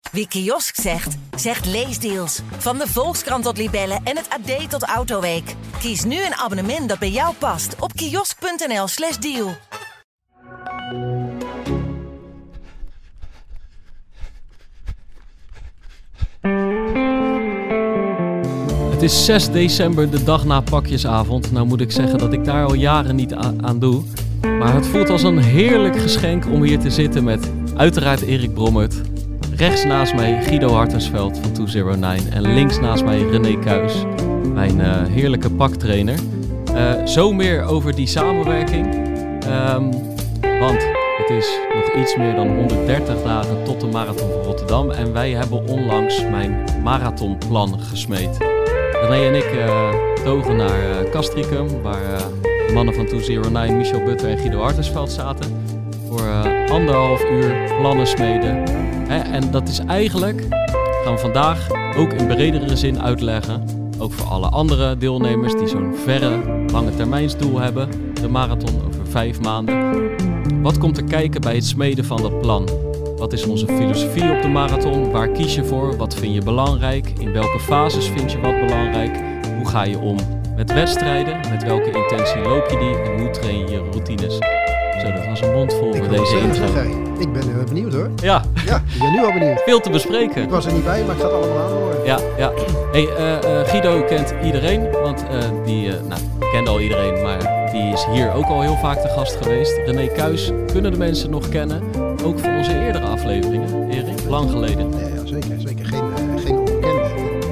Wie kiosk zegt, zegt leesdeals. Van de Volkskrant tot Libellen en het AD tot Autoweek. Kies nu een abonnement dat bij jou past op kiosk.nl/deal. Het is 6 december, de dag na pakjesavond. Nou moet ik zeggen dat ik daar al jaren niet aan doe. Maar het voelt als een heerlijk geschenk om hier te zitten met uiteraard Erik Brommert. Rechts naast mij Guido Hartensveld van 209 en links naast mij René Kuijs, mijn heerlijke paktrainer. Zo meer over die samenwerking, want het is nog iets meer dan 130 dagen tot de Marathon van Rotterdam en wij hebben onlangs mijn marathonplan gesmeed. René en ik togen naar Castricum, waar de mannen van 209, Michel Butter en Guido Hartensveld zaten. Voor 1,5 uur plannen smeden. En dat is eigenlijk, gaan we vandaag ook in bredere zin uitleggen. Ook voor alle andere deelnemers die zo'n verre, lange termijnsdoel hebben. De marathon over 5 maanden. Wat komt er kijken bij het smeden van dat plan? Wat is onze filosofie op de marathon? Waar kies je voor? Wat vind je belangrijk? In welke fases vind je wat belangrijk? Hoe ga je om met wedstrijden? Met welke intentie loop je die? En hoe train je je routines? Zo, dat was een mondvol voor deze intro. Ik ben heel benieuwd hoor. Ja. Ik ben nu al benieuwd. Veel te bespreken. Ik was er niet bij, maar ik ga het allemaal aanhoren. Ja. Hey, Guido kent iedereen, want die kende al iedereen, maar die is hier ook al heel vaak te gast geweest. René Kuijs kunnen de mensen nog kennen, ook van onze eerdere afleveringen, Erik, lang geleden. Ja, zeker. Geen onbekende.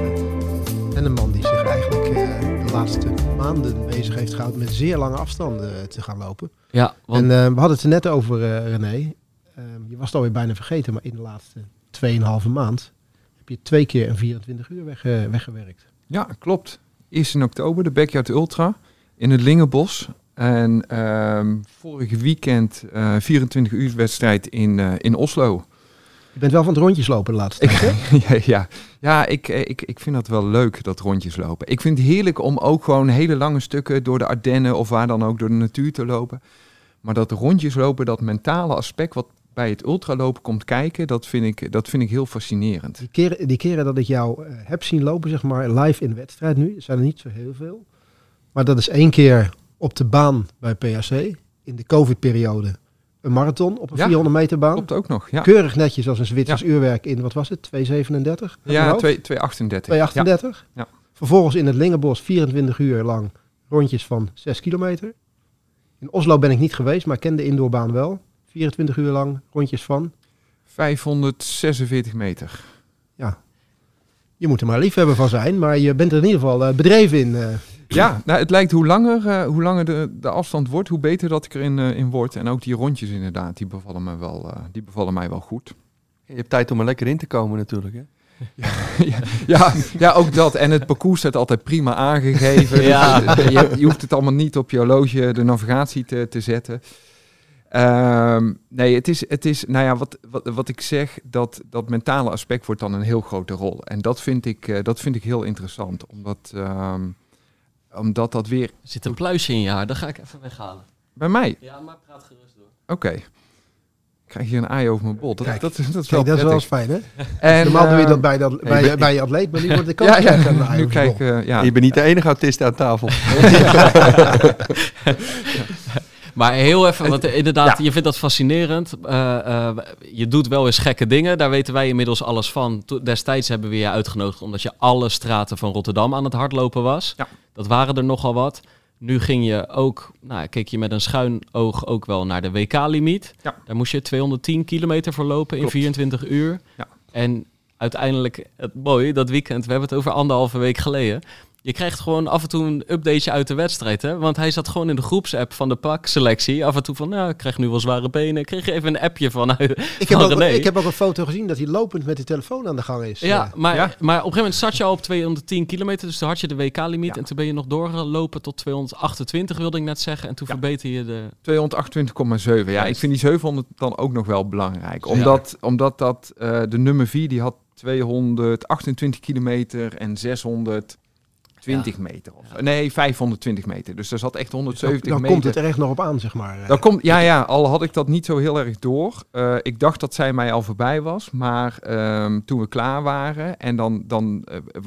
En een man die zich eigenlijk de laatste maanden bezig heeft gehouden met zeer lange afstanden te gaan lopen. Ja, want... En we hadden het er net over, René. Je was het alweer bijna vergeten, maar in de laatste 2,5 maand heb je 2 keer een 24 uur weggewerkt. Ja, klopt. Eerst in oktober de Backyard Ultra in het Lingenbos. En vorige weekend 24 uur wedstrijd in Oslo. Je bent wel van het rondjes lopen de laatste tijd, hè? Ja, ik vind dat wel leuk, dat rondjes lopen. Ik vind het heerlijk om ook gewoon hele lange stukken door de Ardennen of waar dan ook door de natuur te lopen. Maar dat rondjes lopen, dat mentale aspect wat bij het ultralopen komt kijken, dat vind ik heel fascinerend. Die keren dat ik jou heb zien lopen, zeg maar, live in de wedstrijd nu, zijn er niet zo heel veel. Maar dat is 1 keer op de baan bij PHC, in de COVID-periode. Een marathon op een 400 meter baan. Klopt ook nog, ja. Keurig netjes als een Zwitsers uurwerk in, wat was het, 2:37? Ja, 2:38. 2:38. Ja. Vervolgens in het Lingenbos 24 uur lang rondjes van 6 kilometer. In Oslo ben ik niet geweest, maar ik ken de indoorbaan wel. 24 uur lang rondjes van 546 meter. Ja, je moet er maar liefhebber van zijn, maar je bent er in ieder geval bedreven in. Ja, nou, het lijkt hoe langer de afstand wordt, hoe beter dat ik erin word. En ook die rondjes inderdaad, die bevallen mij wel goed. Je hebt tijd om er lekker in te komen natuurlijk, hè? Ja, ook dat. En het parcours staat altijd prima aangegeven. Ja. Dus, je hoeft het allemaal niet op je horloge, de navigatie te zetten. Nee, het is nou ja, wat ik zeg, dat mentale aspect wordt dan een heel grote rol. En dat vind ik heel interessant, omdat dat weer... Er zit een pluisje in je haar, dat ga ik even weghalen. Bij mij? Ja, maar praat gerust door. Oké. Ik krijg hier een aai over mijn bot. Dat is Kijk, dat is wel eens fijn, hè? En, normaal doe je dat bij je atleet, maar nu wordt de kans nu kijk, Je bent niet de enige autist aan tafel. Maar heel even, want inderdaad, je vindt dat fascinerend. Je doet wel eens gekke dingen, daar weten wij inmiddels alles van. Destijds hebben we je uitgenodigd omdat je alle straten van Rotterdam aan het hardlopen was. Ja. Dat waren er nogal wat. Nu ging je ook, keek je met een schuin oog ook wel naar de WK-limiet. Ja. Daar moest je 210 kilometer voor lopen in 24 uur. Ja. En uiteindelijk, dat weekend, we hebben het over 1,5 week geleden. Je krijgt gewoon af en toe een updateje uit de wedstrijd, hè? Want hij zat gewoon in de groepsapp van de pakselectie. Af en toe van, ik krijg nu wel zware benen. Ik kreeg even een appje van René. Ik heb ook een foto gezien dat hij lopend met de telefoon aan de gang is. Ja, maar op een gegeven moment zat je al op 210 kilometer. Dus toen had je de WK-limiet. Ja. En toen ben je nog doorgelopen tot 228, wilde ik net zeggen. En toen verbeter je de... 228,7. Ja, ik vind die 700 dan ook nog wel belangrijk. Omdat dat de nummer 4, die had 228 kilometer en 620 20 meter. Nee, 520 meter. Dus er zat echt 170 dan meter. komt het er echt nog op aan, zeg maar. Al had ik dat niet zo heel erg door. Ik dacht dat zij mij al voorbij was. Maar toen we klaar waren en dan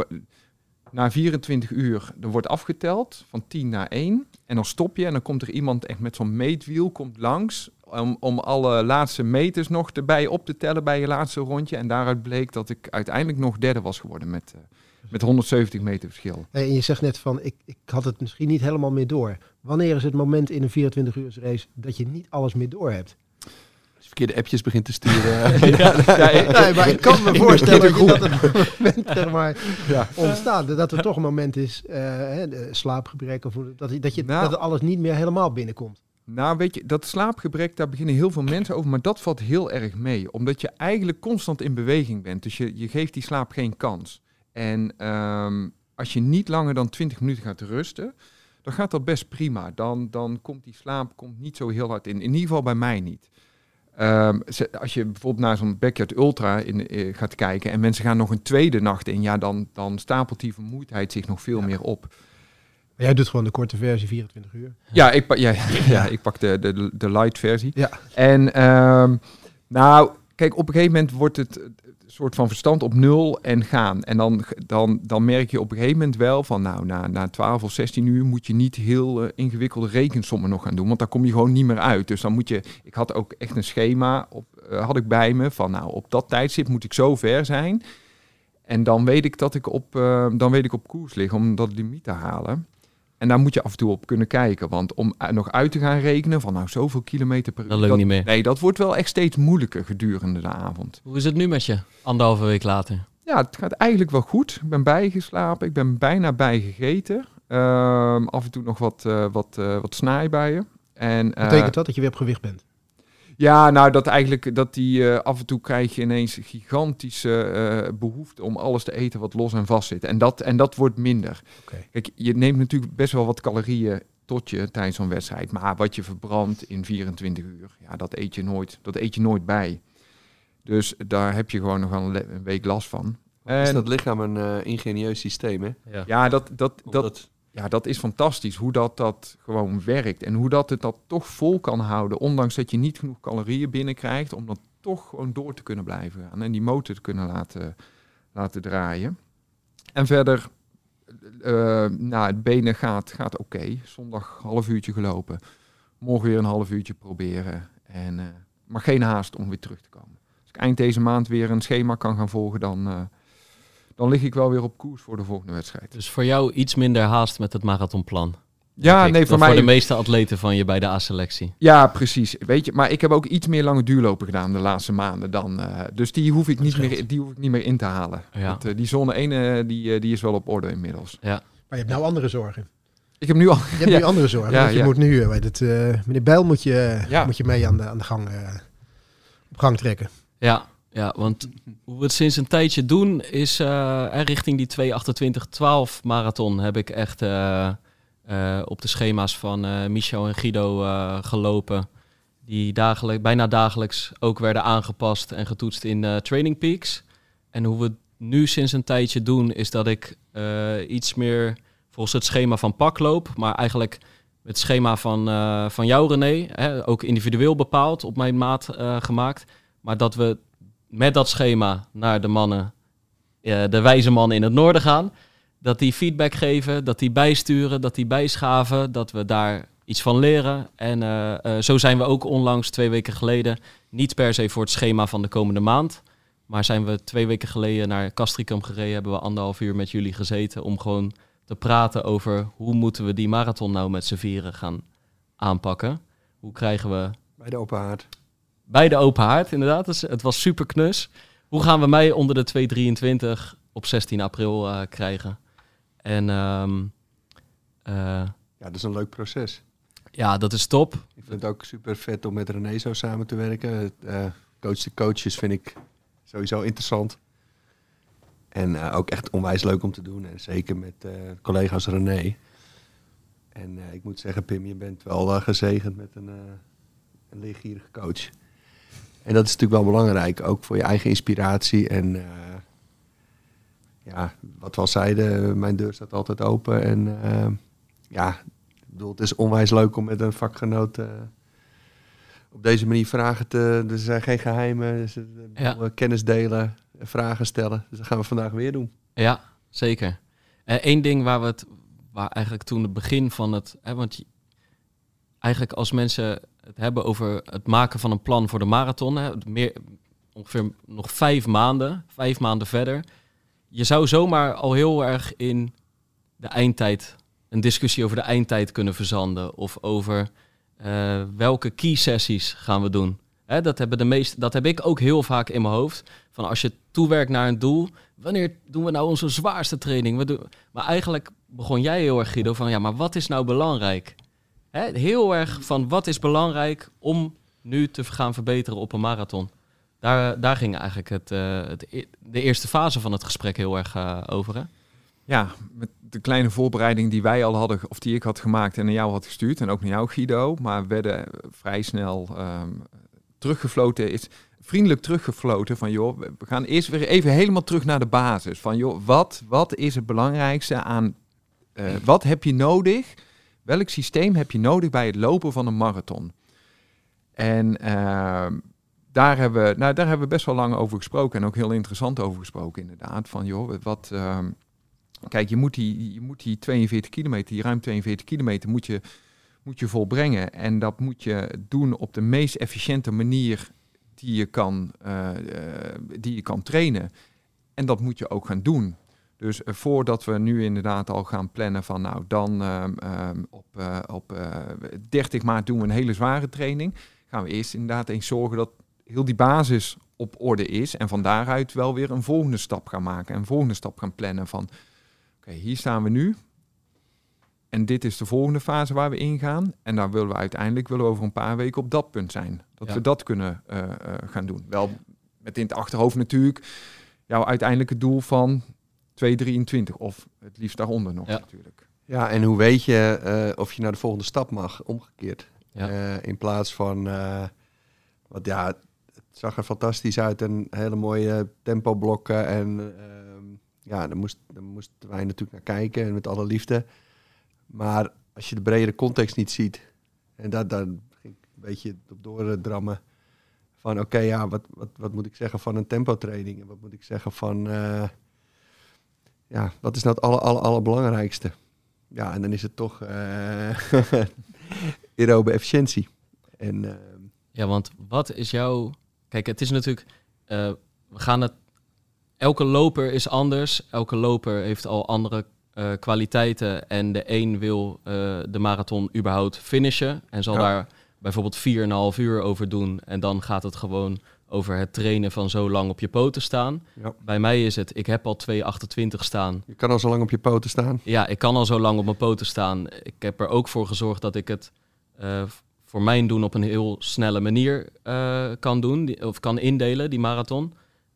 na 24 uur, er wordt afgeteld van 10 naar 1. En dan stop je en dan komt er iemand echt met zo'n meetwiel komt langs om alle laatste meters nog erbij op te tellen bij je laatste rondje. En daaruit bleek dat ik uiteindelijk nog derde was geworden met 170 meter verschil. Hey, en je zegt net van, ik had het misschien niet helemaal meer door. Wanneer is het moment in een 24 uur race dat je niet alles meer door hebt? Als je verkeerde appjes begint te sturen. Nee, maar ik kan me voorstellen dat het moment zeg maar, ontstaat. Dat er toch een moment is, slaapgebrek. Of dat alles niet meer helemaal binnenkomt. Nou, weet je, dat slaapgebrek, daar beginnen heel veel mensen over. Maar dat valt heel erg mee. Omdat je eigenlijk constant in beweging bent. Dus je geeft die slaap geen kans. En als je niet langer dan 20 minuten gaat rusten, dan gaat dat best prima. Dan komt die slaap niet zo heel hard in. In ieder geval bij mij niet. Als je bijvoorbeeld naar zo'n Backyard Ultra gaat kijken en mensen gaan nog een tweede nacht in, ja, dan stapelt die vermoeidheid zich nog veel meer op. Maar jij doet gewoon de korte versie, 24 uur. Ja, ik pak de light versie. Ja. En kijk, op een gegeven moment wordt het soort van verstand op 0 en gaan. En dan merk je op een gegeven moment wel van, nou, na 12 of 16 uur moet je niet heel ingewikkelde rekensommen nog gaan doen, want daar kom je gewoon niet meer uit. Dus dan moet je, ik had ook echt een schema had ik bij me van, nou, op dat tijdstip moet ik zo ver zijn. En dan weet ik dat ik op koers lig om dat limiet te halen. En daar moet je af en toe op kunnen kijken. Want om nog uit te gaan rekenen van nou zoveel kilometer per uur. Dat lukt niet meer. Nee, dat wordt wel echt steeds moeilijker gedurende de avond. Hoe is het nu met je? 1,5 week later. Ja, het gaat eigenlijk wel goed. Ik ben bijgeslapen. Ik ben bijna bijgegeten. Af en toe nog wat snijbijen. Betekent dat je weer op gewicht bent? Ja, nou dat af en toe krijg je ineens gigantische behoefte om alles te eten wat los en vast zit. En dat wordt minder. Okay. Kijk, je neemt natuurlijk best wel wat calorieën tot je tijdens zo'n wedstrijd. Maar wat je verbrandt in 24 uur, ja, dat eet je nooit bij. Dus daar heb je gewoon nog wel een week last van. Is dat lichaam een ingenieus systeem, hè? Ja, dat is fantastisch hoe dat gewoon werkt. En hoe dat het dat toch vol kan houden. Ondanks dat je niet genoeg calorieën binnenkrijgt. Om dat toch gewoon door te kunnen blijven gaan. En die motor te kunnen laten draaien. En verder, het benen gaat oké. Zondag half uurtje gelopen. Morgen weer een half uurtje proberen. Maar geen haast om weer terug te komen. Als ik eind deze maand weer een schema kan gaan volgen, dan lig ik wel weer op koers voor de volgende wedstrijd. Dus voor jou iets minder haast met het marathonplan? Ja, nee, voor mij... Voor de meeste atleten van je bij de A-selectie. Ja, precies. Weet je, maar ik heb ook iets meer lange duurlopen gedaan de laatste maanden dan. Dus die hoef ik niet meer in te halen. Ja. Die zone 1 die is wel op orde inmiddels. Ja. Maar je hebt nou andere zorgen. Ik heb nu al... Je hebt nu andere zorgen. Want je moet nu, meneer Bijl moet je mee aan de gang, op gang trekken. Ja, want hoe we het sinds een tijdje doen is richting die 2:28:12 marathon heb ik echt op de schema's van Michel en Guido gelopen. Die bijna dagelijks ook werden aangepast en getoetst in Training Peaks. En hoe we het nu sinds een tijdje doen is dat ik iets meer volgens het schema van PAK loop. Maar eigenlijk het schema van jou René, ook individueel bepaald, op mijn maat gemaakt. Maar dat we met dat schema naar de mannen, de wijze mannen in het noorden gaan. Dat die feedback geven, dat die bijsturen, dat die bijschaven. Dat we daar iets van leren. En zo zijn we ook onlangs 2 weken geleden, niet per se voor het schema van de komende maand. Maar zijn we 2 weken geleden naar Castricum gereden. Hebben we 1,5 uur met jullie gezeten om gewoon te praten over hoe moeten we die marathon nou met z'n vieren gaan aanpakken. Hoe krijgen we... Bij de open haard. Bij de open haard, inderdaad. Dus het was super knus. Hoe gaan we mij onder de 2:23 op 16 april krijgen? En ja, dat is een leuk proces. Ja, dat is top. Ik vind het ook super vet om met René zo samen te werken. Coach de coaches vind ik sowieso interessant. En ook echt onwijs leuk om te doen. En zeker met collega's René. En ik moet zeggen, Pim, je bent wel gezegend met een leergierige coach. En dat is natuurlijk wel belangrijk, ook voor je eigen inspiratie. En ja, wat we al zeiden, mijn deur staat altijd open. En ik bedoel, het is onwijs leuk om met een vakgenoot op deze manier vragen te... Er zijn geen geheimen, dus, kennis delen, vragen stellen. Dus dat gaan we vandaag weer doen. Ja, zeker. Eén ding waar eigenlijk toen het begin van het... want eigenlijk als mensen het hebben over het maken van een plan voor de marathon... ongeveer nog 5 maanden verder... Je zou zomaar al heel erg in de eindtijd... een discussie over de eindtijd kunnen verzanden. Of over welke key sessies gaan we doen. Dat heb ik ook heel vaak in mijn hoofd. Van als je toewerkt naar een doel... wanneer doen we nou onze zwaarste training? Maar eigenlijk begon jij heel erg, Guido, van... ja, maar wat is nou belangrijk? Heel erg van wat is belangrijk om nu te gaan verbeteren op een marathon? Daar ging eigenlijk de eerste fase van het gesprek heel erg over, hè? Ja, met de kleine voorbereiding die wij al hadden, of die ik had gemaakt en naar jou had gestuurd, en ook naar jou, Guido, maar werden vrij snel vriendelijk teruggefloten van, joh, we gaan eerst weer even helemaal terug naar de basis. Van, joh, wat is het belangrijkste aan, wat heb je nodig? Welk systeem heb je nodig bij het lopen van een marathon? En daar hebben we best wel lang over gesproken en ook heel interessant over gesproken inderdaad. Van joh, kijk, je moet die 42 kilometer, die ruim 42 kilometer moet je volbrengen. En dat moet je doen op de meest efficiënte manier die je kan trainen. En dat moet je ook gaan doen. Dus voordat we nu inderdaad al gaan plannen van nou dan op 30 maart doen we een hele zware training. Gaan we eerst inderdaad eens zorgen dat heel die basis op orde is. En van daaruit wel weer een volgende stap gaan maken. En een volgende stap gaan plannen van oké, hier staan we nu. En dit is de volgende fase waar we ingaan. En daar willen we over een paar weken op dat punt zijn. Dat we dat kunnen gaan doen. Wel met in het achterhoofd natuurlijk jouw uiteindelijke doel van 2:23 of het liefst daaronder nog natuurlijk. Ja, en hoe weet je of je naar de volgende stap mag, omgekeerd. Ja. In plaats van, het zag er fantastisch uit en hele mooie tempoblokken. En daar moesten wij natuurlijk naar kijken en met alle liefde. Maar als je de bredere context niet ziet, en daar ging ik een beetje op doordrammen. Van wat moet ik zeggen van een tempotraining? En wat moet ik zeggen van, wat is nou het allerbelangrijkste? Ja, en dan is het toch aerobe efficiëntie. En, want wat is jouw... Kijk, het is natuurlijk... Elke loper is anders. Elke loper heeft al andere kwaliteiten. En de een wil de marathon überhaupt finishen. En zal daar bijvoorbeeld 4,5 uur over doen. En dan gaat het gewoon over het trainen van zo lang op je poten staan. Ja. Bij mij is het, ik heb al 2:28 staan. Je kan al zo lang op je poten staan? Ja, ik kan al zo lang op mijn poten staan. Ik heb er ook voor gezorgd dat ik het voor mijn doen op een heel snelle manier kan doen. Of kan indelen, die marathon.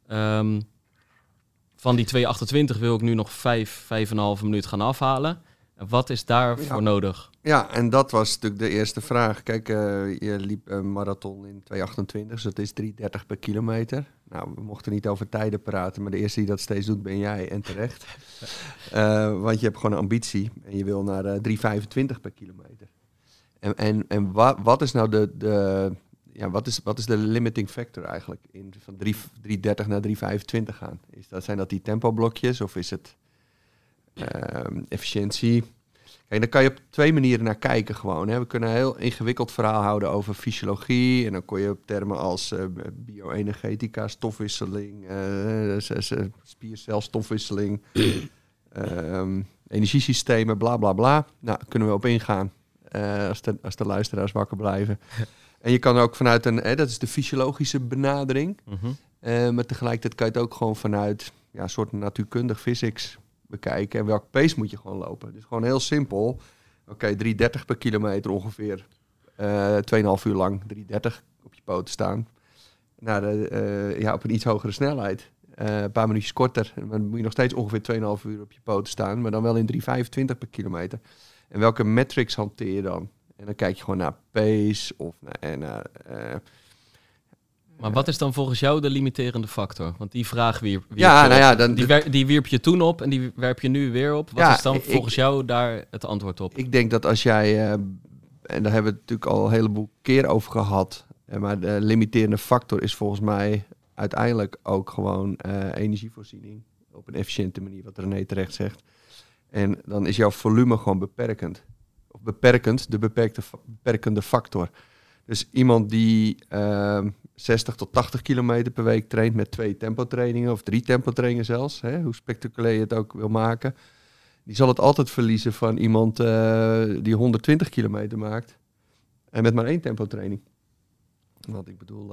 Van die 2:28 wil ik nu nog 5,5 minuut gaan afhalen. En wat is daarvoor nodig? Ja, en dat was natuurlijk de eerste vraag. Kijk, je liep een marathon in 2:28, dus dat is 3:30 per kilometer. Nou, we mochten niet over tijden praten, maar de eerste die dat steeds doet ben jij en terecht. Want je hebt gewoon een ambitie en je wil naar 3:25 per kilometer. En wat is nou wat is de limiting factor eigenlijk in van 3:30 naar 3:25 gaan? Zijn dat die tempoblokjes of is het efficiëntie? Kijk, dan kan je op 2 manieren naar kijken gewoon. Hè. We kunnen een heel ingewikkeld verhaal houden over fysiologie. En dan kon je op termen als bioenergetica, stofwisseling, spiercelstofwisseling, energiesystemen, bla bla bla. Nou, kunnen we op ingaan als de luisteraars wakker blijven. En je kan ook vanuit dat is de fysiologische benadering. Mm-hmm. Maar tegelijkertijd kan je het ook gewoon vanuit een soort natuurkundig physics bekijken. En welke pace moet je gewoon lopen. Dus gewoon heel simpel. Oké, 3:30 per kilometer ongeveer. 2,5 uur lang 3:30 op je poten staan. Op een iets hogere snelheid. Een paar minuutjes korter. Dan moet je nog steeds ongeveer 2,5 uur op je poten staan. Maar dan wel in 3:25 per kilometer. En welke metrics hanteer je dan? En dan kijk je gewoon naar pace of naar Maar wat is dan volgens jou de limiterende factor? Want die vraag die wierp je toen op en die werp je nu weer op. Wat is dan volgens jou daar het antwoord op? Ik denk dat als jij, en daar hebben we het natuurlijk al een heleboel keer over gehad, maar de limiterende factor is volgens mij uiteindelijk ook gewoon energievoorziening op een efficiënte manier, wat René terecht zegt. En dan is jouw volume gewoon beperkend. Of beperkend, de beperkende factor. Dus iemand die 60 tot 80 kilometer per week traint met 2 tempotrainingen of 3 tempotrainingen zelfs, hè, hoe spectaculair je het ook wil maken, die zal het altijd verliezen van iemand die 120 kilometer maakt en met maar 1 tempotraining. Want ik bedoel,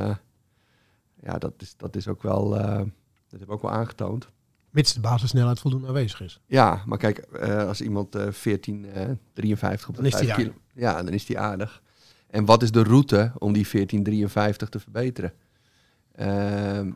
dat is ook wel, dat hebben we ook wel aangetoond. Mits de basissnelheid voldoende aanwezig is. Ja, maar kijk, als iemand 14:53 op de 5 kilo, dan is die aardig. En wat is de route om die 14:53 te verbeteren? En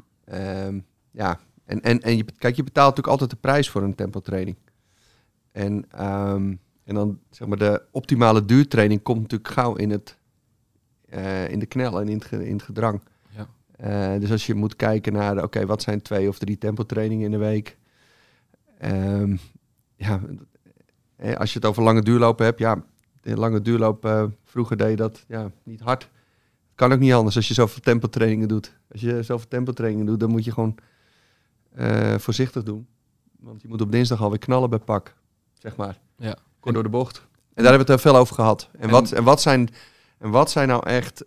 je betaalt natuurlijk altijd de prijs voor een tempotraining. En dan zeg maar de optimale duurtraining komt natuurlijk gauw in de knel en in het gedrang. Ja. Dus als je moet kijken naar, wat zijn 2 of 3 tempotrainingen in de week? Als je het over lange duurlopen hebt, de lange duurloop, vroeger deed je dat niet hard. Het kan ook niet anders als je zoveel tempotrainingen doet. Als je zoveel tempotrainingen doet, dan moet je gewoon voorzichtig doen. Want je moet op dinsdag alweer knallen bij pak, zeg maar. Ja. Kort door de bocht. En daar hebben we het er veel over gehad. En wat zijn nou echt...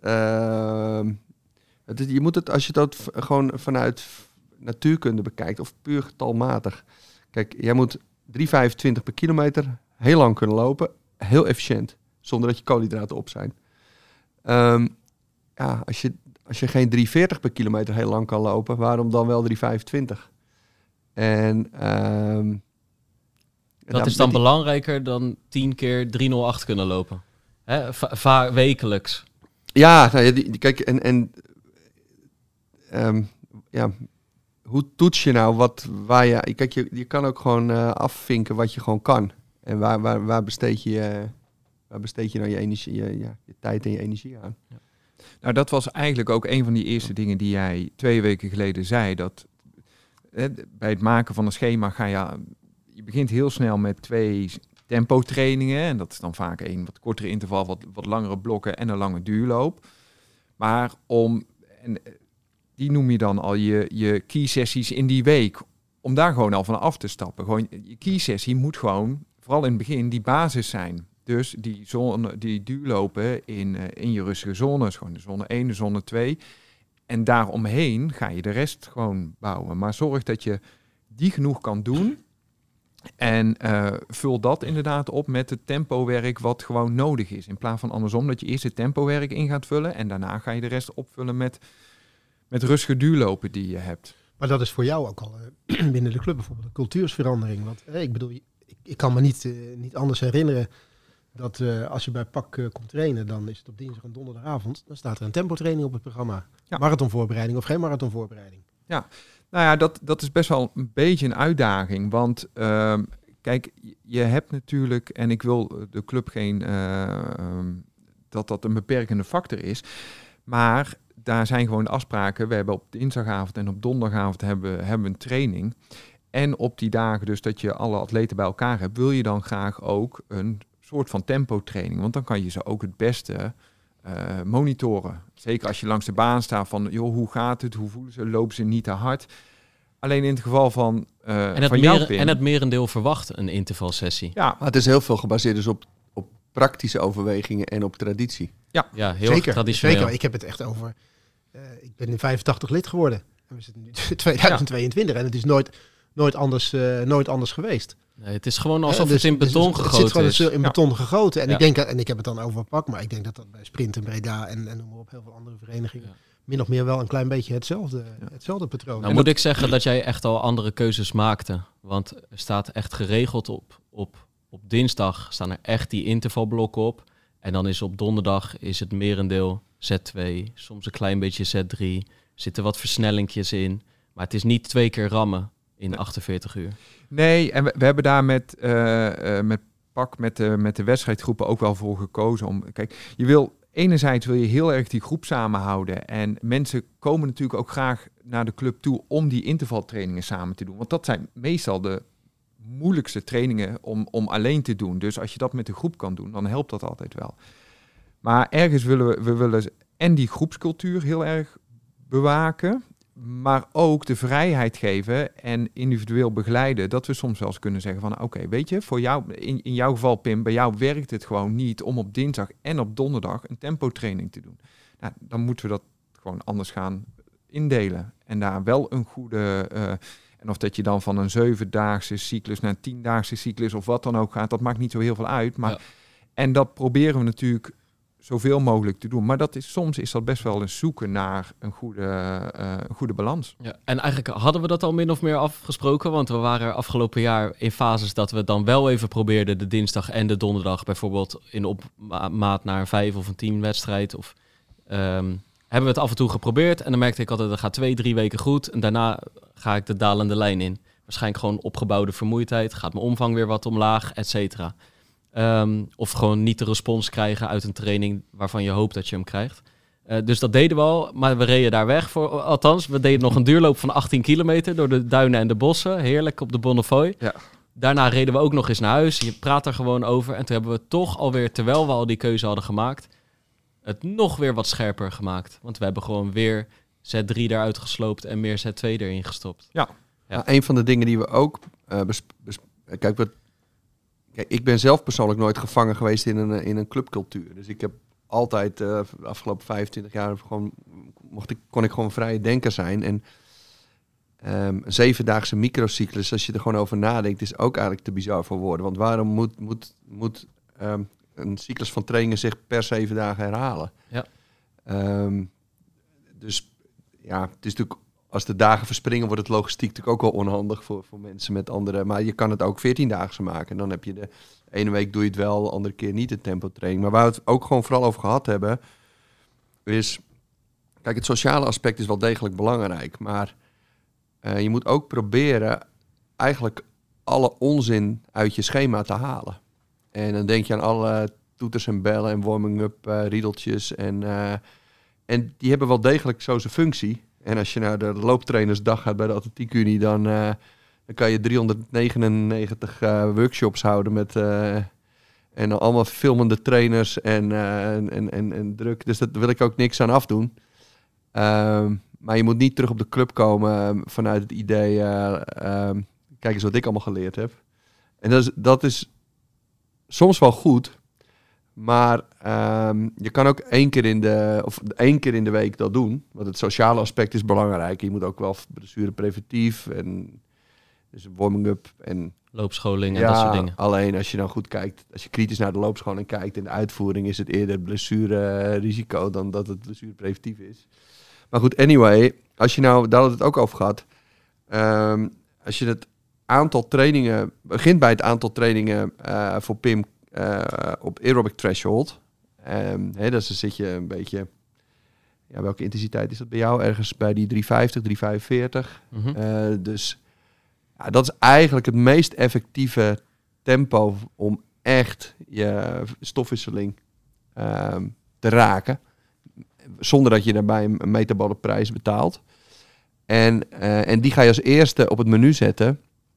je moet het, als je het gewoon vanuit natuurkunde bekijkt, of puur getalmatig. Kijk, jij moet 3,25 per kilometer heel lang kunnen lopen. Heel efficiënt, zonder dat je koolhydraten op zijn. Als je geen 3,40 per kilometer heel lang kan lopen, waarom dan wel 3,25? En dat is dan belangrijker dan 10 keer 3:08 kunnen lopen. Hè? Wekelijks. Ja, kijk, hoe toets je nou waar je... Kijk, je kan ook gewoon afvinken wat je gewoon kan. En waar besteed je nou je energie, je tijd en je energie aan? Ja. Nou, dat was eigenlijk ook een van die eerste dingen die jij 2 weken geleden zei. Dat bij het maken van een schema je begint heel snel met 2 tempotrainingen. En dat is dan vaak 1 wat kortere interval, wat langere blokken en een lange duurloop. Maar die noem je dan al je key sessies in die week. Om daar gewoon al van af te stappen. Gewoon, je key sessie moet gewoon, vooral in het begin, die basis zijn. Dus die duurlopen in je rustige zones. Gewoon de zone 1, de zone 2. En daaromheen ga je de rest gewoon bouwen. Maar zorg dat je die genoeg kan doen. En vul dat inderdaad op met het tempowerk wat gewoon nodig is. In plaats van andersom, dat je eerst het tempowerk in gaat vullen. En daarna ga je de rest opvullen met rustige duurlopen die je hebt. Maar dat is voor jou ook al binnen de club bijvoorbeeld een cultuursverandering. Want ik bedoel, ik kan me niet anders herinneren dat als je bij PAK komt trainen, dan is het op dinsdag en donderdagavond. Dan staat er een tempotraining op het programma. Ja. Marathonvoorbereiding of geen marathonvoorbereiding. Ja, nou ja, dat is best wel een beetje een uitdaging. Want kijk, je hebt natuurlijk, en ik wil de club geen, dat een beperkende factor is. Maar daar zijn gewoon afspraken. We hebben op dinsdagavond en op donderdagavond hebben we een training. En op die dagen dus dat je alle atleten bij elkaar hebt, wil je dan graag ook een soort van tempotraining. Want dan kan je ze ook het beste monitoren. Zeker als je langs de baan staat van, joh, hoe gaat het? Hoe voelen ze? Lopen ze niet te hard? Alleen in het geval van en het merendeel verwacht een intervalsessie. Ja, maar het is heel veel gebaseerd dus op praktische overwegingen en op traditie. Ja, heel zeker, traditioneel. Zeker, ik heb het echt over... ik ben in 85 lid geworden. En we zitten nu 2022 en het is nooit anders geweest. Nee, het is gewoon alsof het in beton gegoten is. Het zit gewoon in beton gegoten. En ik heb het dan over PAK, maar ik denk dat bij Sprint en Breda en noem maar op heel veel andere verenigingen min of meer wel een klein beetje hetzelfde patroon. Nou moet ik zeggen dat jij echt al andere keuzes maakte. Want er staat echt geregeld op dinsdag staan er echt die intervalblokken op. En dan is op donderdag is het merendeel Z2, soms een klein beetje Z3. Zitten wat versnellingjes in. Maar het is niet 2 keer rammen in 48 uur. Nee, en we hebben daar met PAK, met de wedstrijdgroepen ook wel voor gekozen. Kijk, je wil enerzijds wil je heel erg die groep samenhouden. En mensen komen natuurlijk ook graag naar de club toe om die intervaltrainingen samen te doen. Want dat zijn meestal de moeilijkste trainingen om alleen te doen. Dus als je dat met de groep kan doen, dan helpt dat altijd wel. Maar ergens willen we willen en die groepscultuur heel erg bewaken, maar ook de vrijheid geven en individueel begeleiden, dat we soms wel eens kunnen zeggen van oké, weet je, voor jou, in jouw geval Pim, bij jou werkt het gewoon niet om op dinsdag en op donderdag een tempotraining te doen. Nou, dan moeten we dat gewoon anders gaan indelen en daar wel een goede, en of dat je dan van een 7-daagse cyclus naar een 10-daagse cyclus of wat dan ook gaat, dat maakt niet zo heel veel uit, maar en dat proberen we natuurlijk zoveel mogelijk te doen. Maar soms is dat best wel een zoeken naar een goede balans. Ja, en eigenlijk hadden we dat al min of meer afgesproken, want we waren afgelopen jaar in fases dat we dan wel even probeerden de dinsdag en de donderdag bijvoorbeeld in opmaat naar een 5 of een 10 wedstrijd. Of hebben we het af en toe geprobeerd en dan merkte ik altijd dat gaat 2-3 weken goed en daarna ga ik de dalende lijn in. Waarschijnlijk gewoon opgebouwde vermoeidheid, gaat mijn omvang weer wat omlaag, et cetera. Of gewoon niet de respons krijgen uit een training waarvan je hoopt dat je hem krijgt. Dus dat deden we al, maar we reden daar weg voor. Althans, we deden nog een duurloop van 18 kilometer door de duinen en de bossen. Heerlijk op de Bonnefoy. Ja. Daarna reden we ook nog eens naar huis. Je praat er gewoon over. En toen hebben we toch alweer, terwijl we al die keuze hadden gemaakt, het nog weer wat scherper gemaakt. Want we hebben gewoon weer set 3 eruit gesloopt en meer set 2 erin gestopt. Ja. Nou, een van de dingen die we ook Kijk, ik ben zelf persoonlijk nooit gevangen geweest in een clubcultuur. Dus ik heb altijd, de afgelopen 25 jaar, kon ik gewoon vrije denker zijn. En een 7-daagse microcyclus, als je er gewoon over nadenkt, is ook eigenlijk te bizar voor woorden. Want waarom moet een cyclus van trainingen zich per 7 dagen herhalen? Ja. Dus ja, het is natuurlijk, als de dagen verspringen, wordt het logistiek natuurlijk ook wel onhandig voor mensen met andere. Maar je kan het ook 14-daagse maken. En dan heb je de ene week doe je het wel, de andere keer niet, de tempotraining. Maar waar we het ook gewoon vooral over gehad hebben, is, kijk, het sociale aspect is wel degelijk belangrijk. Maar je moet ook proberen eigenlijk alle onzin uit je schema te halen. En dan denk je aan alle toeters en bellen en warming-up riedeltjes. En die hebben wel degelijk zo zijn functie. En als je naar de looptrainersdag gaat bij de Atletiekunie, dan kan je 399 workshops houden met en dan allemaal filmende trainers en druk. Dus daar wil ik ook niks aan afdoen. Maar je moet niet terug op de club komen vanuit het idee, kijk eens wat ik allemaal geleerd heb. En dat is soms wel goed. Maar je kan ook één keer in de week dat doen. Want het sociale aspect is belangrijk. Je moet ook wel blessurepreventief en dus een warming-up en loopscholing en dat soort dingen. Alleen als je dan goed kijkt, als je kritisch naar de loopscholing kijkt in de uitvoering, is het eerder blessurerisico dan dat het blessurepreventief is. Maar goed, anyway, als je nou, daar hadden we het ook over gehad. Als je het aantal trainingen begint bij het aantal trainingen voor Pim op aerobic threshold. Dus dan zit je een beetje, ja, welke intensiteit is dat bij jou? Ergens bij die 350, 345. Mm-hmm. Dus ja, dat is eigenlijk het meest effectieve tempo om echt je stofwisseling te raken. Zonder dat je daarbij een metabole prijs betaalt. En die ga je als eerste op het menu zetten.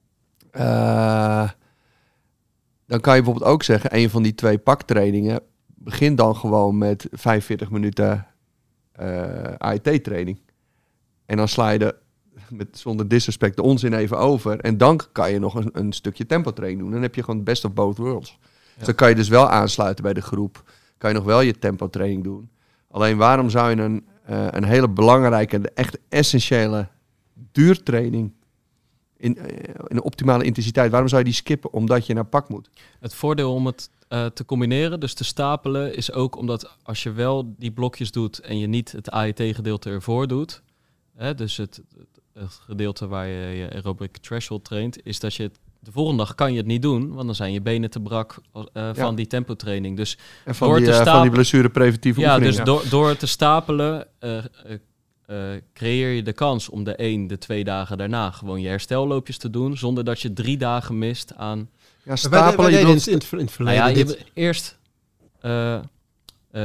Dan kan je bijvoorbeeld ook zeggen, een van die 2 paktrainingen, begin dan gewoon met 45 minuten AET-training. En dan sla je zonder disrespect de onzin even over. En dan kan je nog een stukje tempotraining doen. Dan heb je gewoon het best of both worlds. Ja. Dus dan kan je dus wel aansluiten bij de groep. Kan je nog wel je tempotraining doen. Alleen waarom zou je een hele belangrijke en echt essentiële duurtraining in een optimale intensiteit, waarom zou je die skippen? Omdat je naar pak moet. Het voordeel om het te combineren, dus te stapelen, is ook omdat als je wel die blokjes doet en je niet het AET-gedeelte ervoor doet, dus het gedeelte waar je aerobic threshold traint, is dat je de volgende dag kan je het niet doen, want dan zijn je benen te brak van die tempotraining. Dus en van die blessurepreventieve oefeningen. Ja, dus door te stapelen creëer je de kans om de 2 dagen daarna gewoon je herstelloopjes te doen, zonder dat je 3 dagen mist aan... Ja, stapelen. In het verleden. Nou ja, je eerst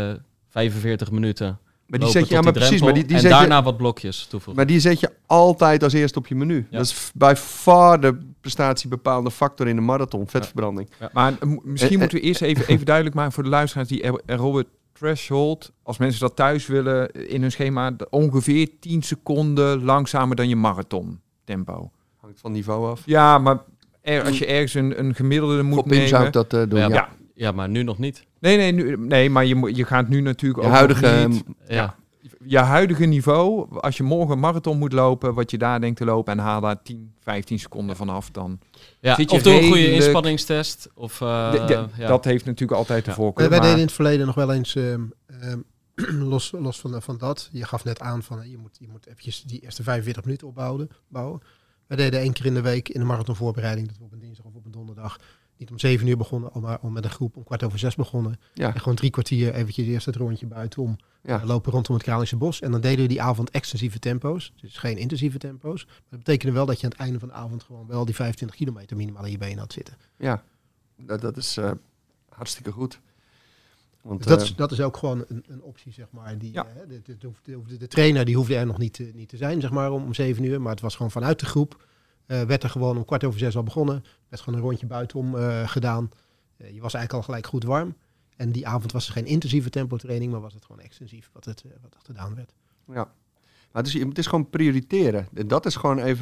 45 minuten. Maar die lopen zet je, tot maar precies, drempel maar die en zet je, daarna wat blokjes toevoegen. maar die zet je altijd als eerste op je menu. Ja. Dat is bij far de prestatiebepaalde factor in de marathon, vetverbranding. Maar misschien En- moeten we eerst even duidelijk maken voor de luisteraars die aerobic threshold, als mensen dat thuis willen in hun schema, ongeveer 10 seconden langzamer dan je marathon tempo. Hangt van niveau af. Ja, maar als je ergens een gemiddelde moet Voor Pim zou ik nemen. dat doen, Ja, ja. maar- Ja, maar nu nog niet. Nee, maar je gaat nu natuurlijk Je ook huidige... nog niet... Ja. Je huidige niveau, als je morgen een marathon moet lopen, wat je daar denkt te lopen en haal daar 10, 15 seconden vanaf, dan Ja, zit je of doe een goede redelijk- inspanningstest. Of, ja. dat heeft natuurlijk altijd de Ja. voorkeur. Wij maar- deden in het verleden nog wel eens, los van dat, je gaf net aan van je moet eventjes die eerste 45 minuten opbouwen. Wij deden 1 keer in de week in de marathonvoorbereiding, dat we op een dinsdag of op een donderdag niet om 7 uur begonnen, maar om met een groep om 5:15 begonnen. Ja, En gewoon 3 kwartier eventjes eerst het rondje buitenom. ja. Lopen rondom het Kralische Bos. En dan deden we die avond extensieve tempo's. Dus geen intensieve tempo's. Maar dat betekende wel dat je aan het einde van de avond gewoon wel die 25 kilometer minimaal in je benen had zitten. Ja, dat is hartstikke goed. Want, Dus dat is ook gewoon een optie, zeg maar. Die, Ja. de trainer die hoefde er nog niet te zijn, zeg maar, om 7 uur. Maar het was gewoon vanuit de groep. Werd er gewoon om 5:15 al begonnen. Werd gewoon een rondje buitenom gedaan. Je was eigenlijk al gelijk goed warm. En die avond was er geen intensieve tempotraining, maar was het gewoon extensief wat er gedaan werd. ja. Maar het is gewoon prioriteren. En dat is gewoon even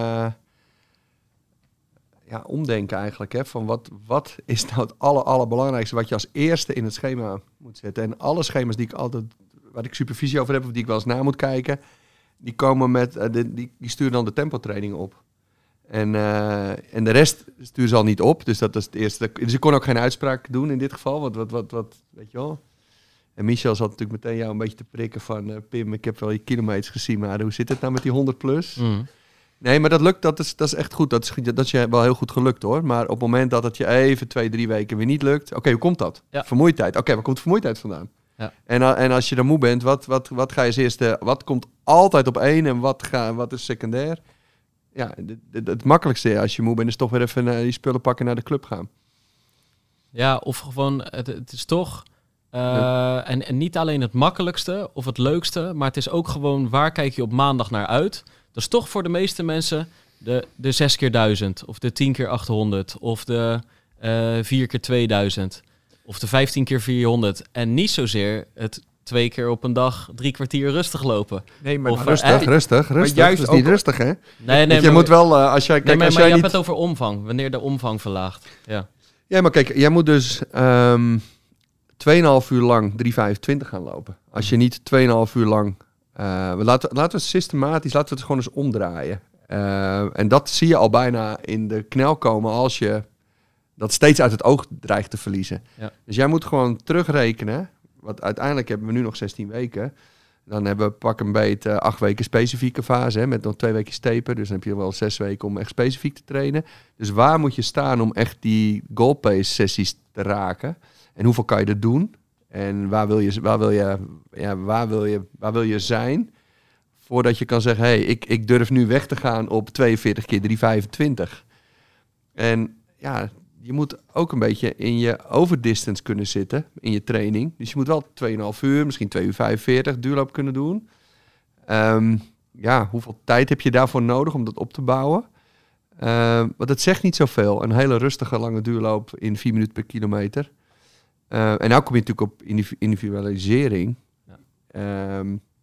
omdenken eigenlijk. Hè, van wat is nou het allerbelangrijkste wat je als eerste in het schema moet zetten. En alle schema's waar ik supervisie over heb of die ik wel eens na moet kijken, die komen met, die sturen dan de tempotraining op. En de rest sturen ze al niet op. Dus dat is het eerste. Dus ik kon ook geen uitspraak doen in dit geval. Wat weet je wel. En Michel zat natuurlijk meteen jou een beetje te prikken van Pim, ik heb wel je kilometers gezien, maar hoe zit het nou met die 100 plus? Mm. Nee, maar dat lukt, dat is echt goed. Dat is je wel heel goed gelukt hoor. Maar op het moment dat het je even 2-3 weken weer niet lukt, oké, hoe komt dat? Ja. Vermoeidheid. Oké, waar komt vermoeidheid vandaan? Ja. En als je dan moe bent, wat ga je als eerste, wat komt altijd op één en wat is secundair? Ja, het makkelijkste als je moe bent is toch weer even die spullen pakken naar de club gaan. Ja, of gewoon, het is toch... en niet alleen het makkelijkste of het leukste, maar het is ook gewoon waar kijk je op maandag naar uit. Dat is toch voor de meeste mensen de 6 keer 1000 of de 10 keer 800 of de 4 keer 2000 of de 15 keer 400. En niet zozeer het 2 keer op een dag 3 kwartier rustig lopen. Nee, maar Of, Rustig. juist Dat is niet ook- rustig, hè? Nee, Je moet wel, als jij... Nee, Kijk, maar als je jij hebt niet... het over omvang, wanneer de omvang verlaagt. Ja. Ja, maar kijk, jij moet dus 2,5 uur lang 3,25 gaan lopen. Als je niet 2,5 uur lang... laten we het systematisch, laten we het gewoon eens omdraaien. En dat zie je al bijna in de knel komen als je dat steeds uit het oog dreigt te verliezen. Ja. Dus jij moet gewoon terugrekenen. Want uiteindelijk hebben we nu nog 16 weken. Dan hebben we pak een beet 8 weken specifieke fase. Hè, met nog 2 weken taper. Dus dan heb je wel 6 weken om echt specifiek te trainen. Dus waar moet je staan om echt die goalpace sessies te raken? En hoeveel kan je er doen? En waar wil je zijn? Voordat je kan zeggen, hey, ik durf nu weg te gaan op 42 keer 3,25. En ja, je moet ook een beetje in je overdistance kunnen zitten in je training. Dus je moet wel 2,5 uur, misschien 2 uur 45 duurloop kunnen doen. Hoeveel tijd heb je daarvoor nodig om dat op te bouwen? Want het zegt niet zoveel. Een hele rustige lange duurloop in 4 minuten per kilometer. En nou kom je natuurlijk op individualisering. Ja.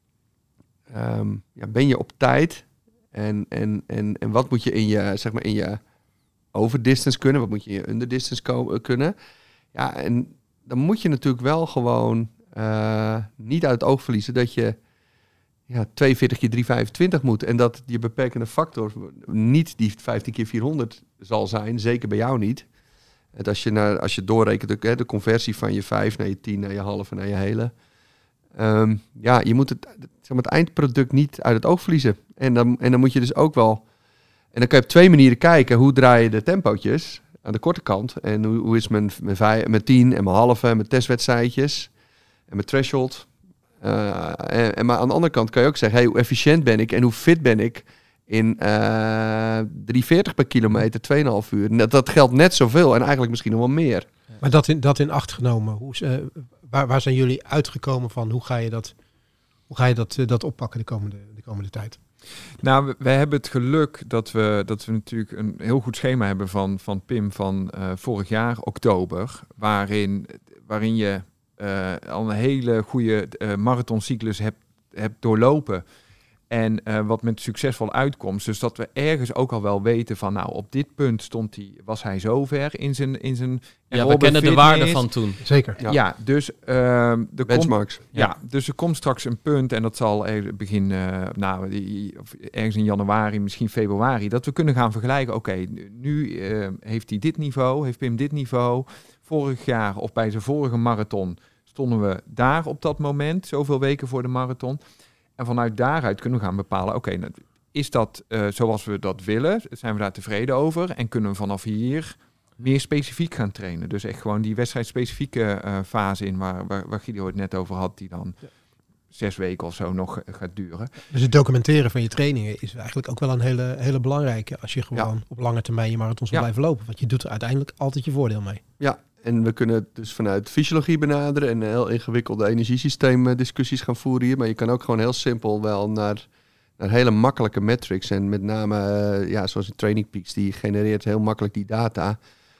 Ben je op tijd? En wat moet je in je overdistance kunnen? Wat moet je in je underdistance kunnen? Ja, en dan moet je natuurlijk wel gewoon niet uit het oog verliezen dat je 42 keer 3,25 moet. En dat je beperkende factor niet die 15 keer 400 zal zijn. Zeker bij jou niet. En als je doorrekent de conversie van je 5 naar je 10, naar je halve, naar je hele. Je moet het eindproduct niet uit het oog verliezen. En dan moet je dus ook wel... En dan kan je op 2 manieren kijken. Hoe draai je de tempootjes aan de korte kant? En hoe is mijn 10 en mijn halve en mijn testwedstrijdjes en mijn threshold? Maar aan de andere kant kan je ook zeggen... Hey, hoe efficiënt ben ik en hoe fit ben ik in 3,40 per kilometer, 2,5 uur? Dat geldt net zoveel en eigenlijk misschien nog wel meer. Maar dat in acht genomen, Waar zijn jullie uitgekomen van? Hoe ga je dat oppakken de komende tijd? Nou, wij hebben het geluk dat we natuurlijk een heel goed schema hebben van Pim van vorig jaar, oktober. Waarin je al een hele goede marathoncyclus hebt doorlopen. En wat met succesvol uitkomst. Dus dat we ergens ook al wel weten van, nou, op dit punt was hij zo ver in zijn Ja, we kennen de waarde van toen. Zeker. Ja, dus de Benchmarks. Dus er komt straks een punt, en dat zal begin ergens in januari, misschien februari, dat we kunnen gaan vergelijken. Oké, nu heeft hij dit niveau, heeft Pim dit niveau. Vorig jaar of bij zijn vorige marathon stonden we daar op dat moment, zoveel weken voor de marathon. En vanuit daaruit kunnen we gaan bepalen, oké, is dat zoals we dat willen? Zijn we daar tevreden over? En kunnen we vanaf hier meer specifiek gaan trainen? Dus echt gewoon die wedstrijdspecifieke fase in waar Guido het net over had, die dan 6 weken of zo nog gaat duren. Dus het documenteren van je trainingen is eigenlijk ook wel een hele belangrijke als je gewoon op lange termijn je marathons wil blijven lopen. Want je doet er uiteindelijk altijd je voordeel mee. Ja, en we kunnen het dus vanuit fysiologie benaderen en heel ingewikkelde energiesysteem discussies gaan voeren hier. Maar je kan ook gewoon heel simpel wel naar hele makkelijke metrics. En met name, zoals in Training Peaks, die genereert heel makkelijk die data.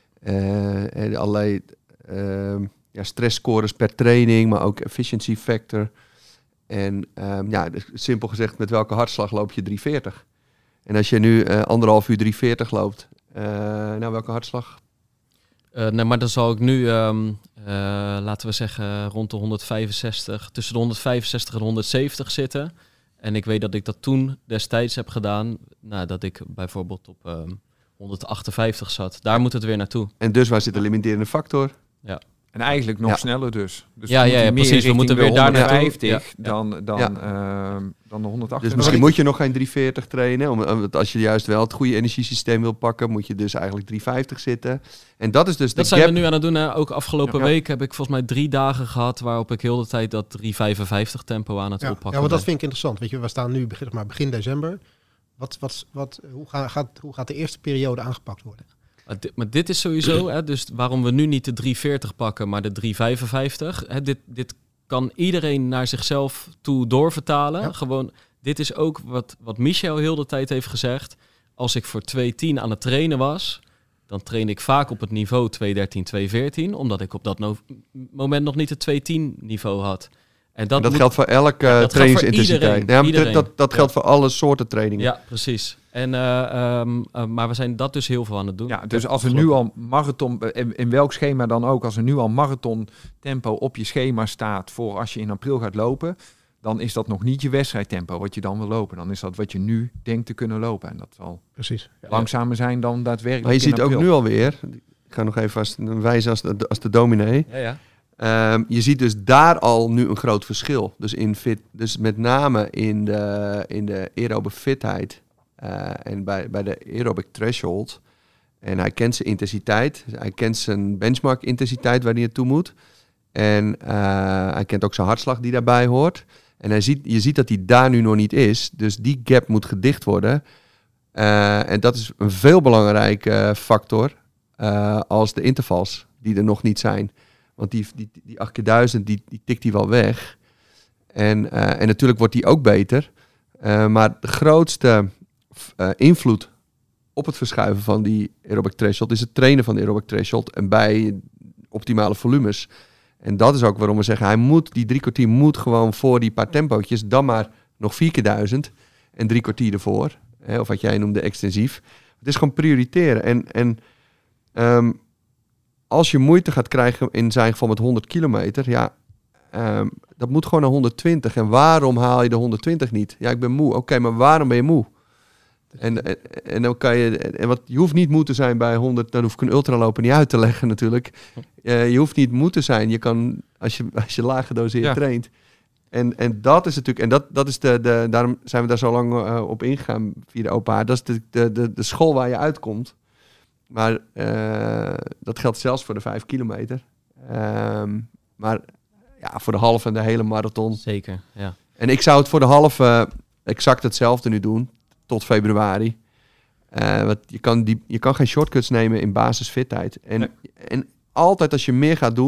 En allerlei stressscores per training, maar ook efficiency factor. En simpel gezegd, met welke hartslag loop je 340? En als je nu 1,5 uur 340 loopt, welke hartslag? Nee, maar dan zal ik nu, laten we zeggen, rond de 165, tussen de 165 en 170 zitten. En ik weet dat ik dat toen destijds heb gedaan, dat ik bijvoorbeeld op 158 zat. Daar moet het weer naartoe. En dus waar zit de limiterende factor? Ja. En eigenlijk nog sneller dus. Precies. We moeten weer daar naartoe. 150 dan de 180. Dus misschien moet je nog geen 340 trainen. Omdat als je juist wel het goede energiesysteem wil pakken, moet je dus eigenlijk 350 zitten. En dat is dus dat zijn we nu aan het doen. Ook afgelopen week heb ik volgens mij 3 dagen gehad waarop ik heel de tijd dat 355 tempo aan het oppakken ben. Ja, want dat vind ik interessant. Weet je, we staan nu begin december. Hoe gaat de eerste periode aangepakt worden? Maar dit is sowieso, dus waarom we nu niet de 340 pakken, maar de 355. Dit kan iedereen naar zichzelf toe doorvertalen. Ja. Gewoon, dit is ook wat Michel heel de tijd heeft gezegd. Als ik voor 2:10 aan het trainen was, dan trainde ik vaak op het niveau 2:13, 2:14. Omdat ik op dat moment nog niet het 2:10 niveau had. En dat geldt voor elke trainingsintensiteit. Dat geldt voor alle soorten trainingen. Ja, precies. En, maar we zijn dat dus heel veel aan het doen. Ja, dus als er nu al marathon, in welk schema dan ook, als er nu al marathon tempo op je schema staat voor als je in april gaat lopen, dan is dat nog niet je wedstrijdtempo wat je dan wil lopen. Dan is dat wat je nu denkt te kunnen lopen. En dat zal langzamer zijn dan daadwerkelijk. Maar je ziet ook nu alweer, ik ga nog even wijzen als de dominee. Ja. Je ziet dus daar al nu een groot verschil. Dus met name in de aerobe fitheid en bij de aerobic threshold. En hij kent zijn intensiteit. Hij kent zijn benchmark intensiteit waar hij naartoe moet. En hij kent ook zijn hartslag die daarbij hoort. En je ziet dat hij daar nu nog niet is. Dus die gap moet gedicht worden. En dat is een veel belangrijke factor als de intervals die er nog niet zijn. Want die 8x1000, die tikt hij wel weg. En natuurlijk wordt die ook beter. Maar de grootste invloed op het verschuiven van die aerobic threshold is het trainen van de aerobic threshold en bij optimale volumes. En dat is ook waarom we zeggen, die 3 kwartier moet gewoon voor die paar tempootjes, dan maar nog 4x1000 en 3 kwartier ervoor. Of wat jij noemde extensief. Het is gewoon prioriteren. En als je moeite gaat krijgen in zijn geval met 100 kilometer, dat moet gewoon naar 120. En waarom haal je de 120 niet? Ja, ik ben moe. Oké, maar waarom ben je moe? En dan kan je hoeft niet moe te zijn bij 100, dan hoef ik een ultraloper niet uit te leggen natuurlijk. Je hoeft niet moe te zijn. Je kan, als je laag gedoseerd traint. En dat is natuurlijk, en dat is daarom zijn we daar zo lang op ingegaan via de open haard. Dat is de school waar je uitkomt. Maar dat geldt zelfs voor de 5 kilometer. Maar voor de halve en de hele marathon. Zeker, ja. En ik zou het voor de halve exact hetzelfde nu doen. Tot februari. Want je kan geen shortcuts nemen in basisfitheid. En altijd als je meer gaat doen,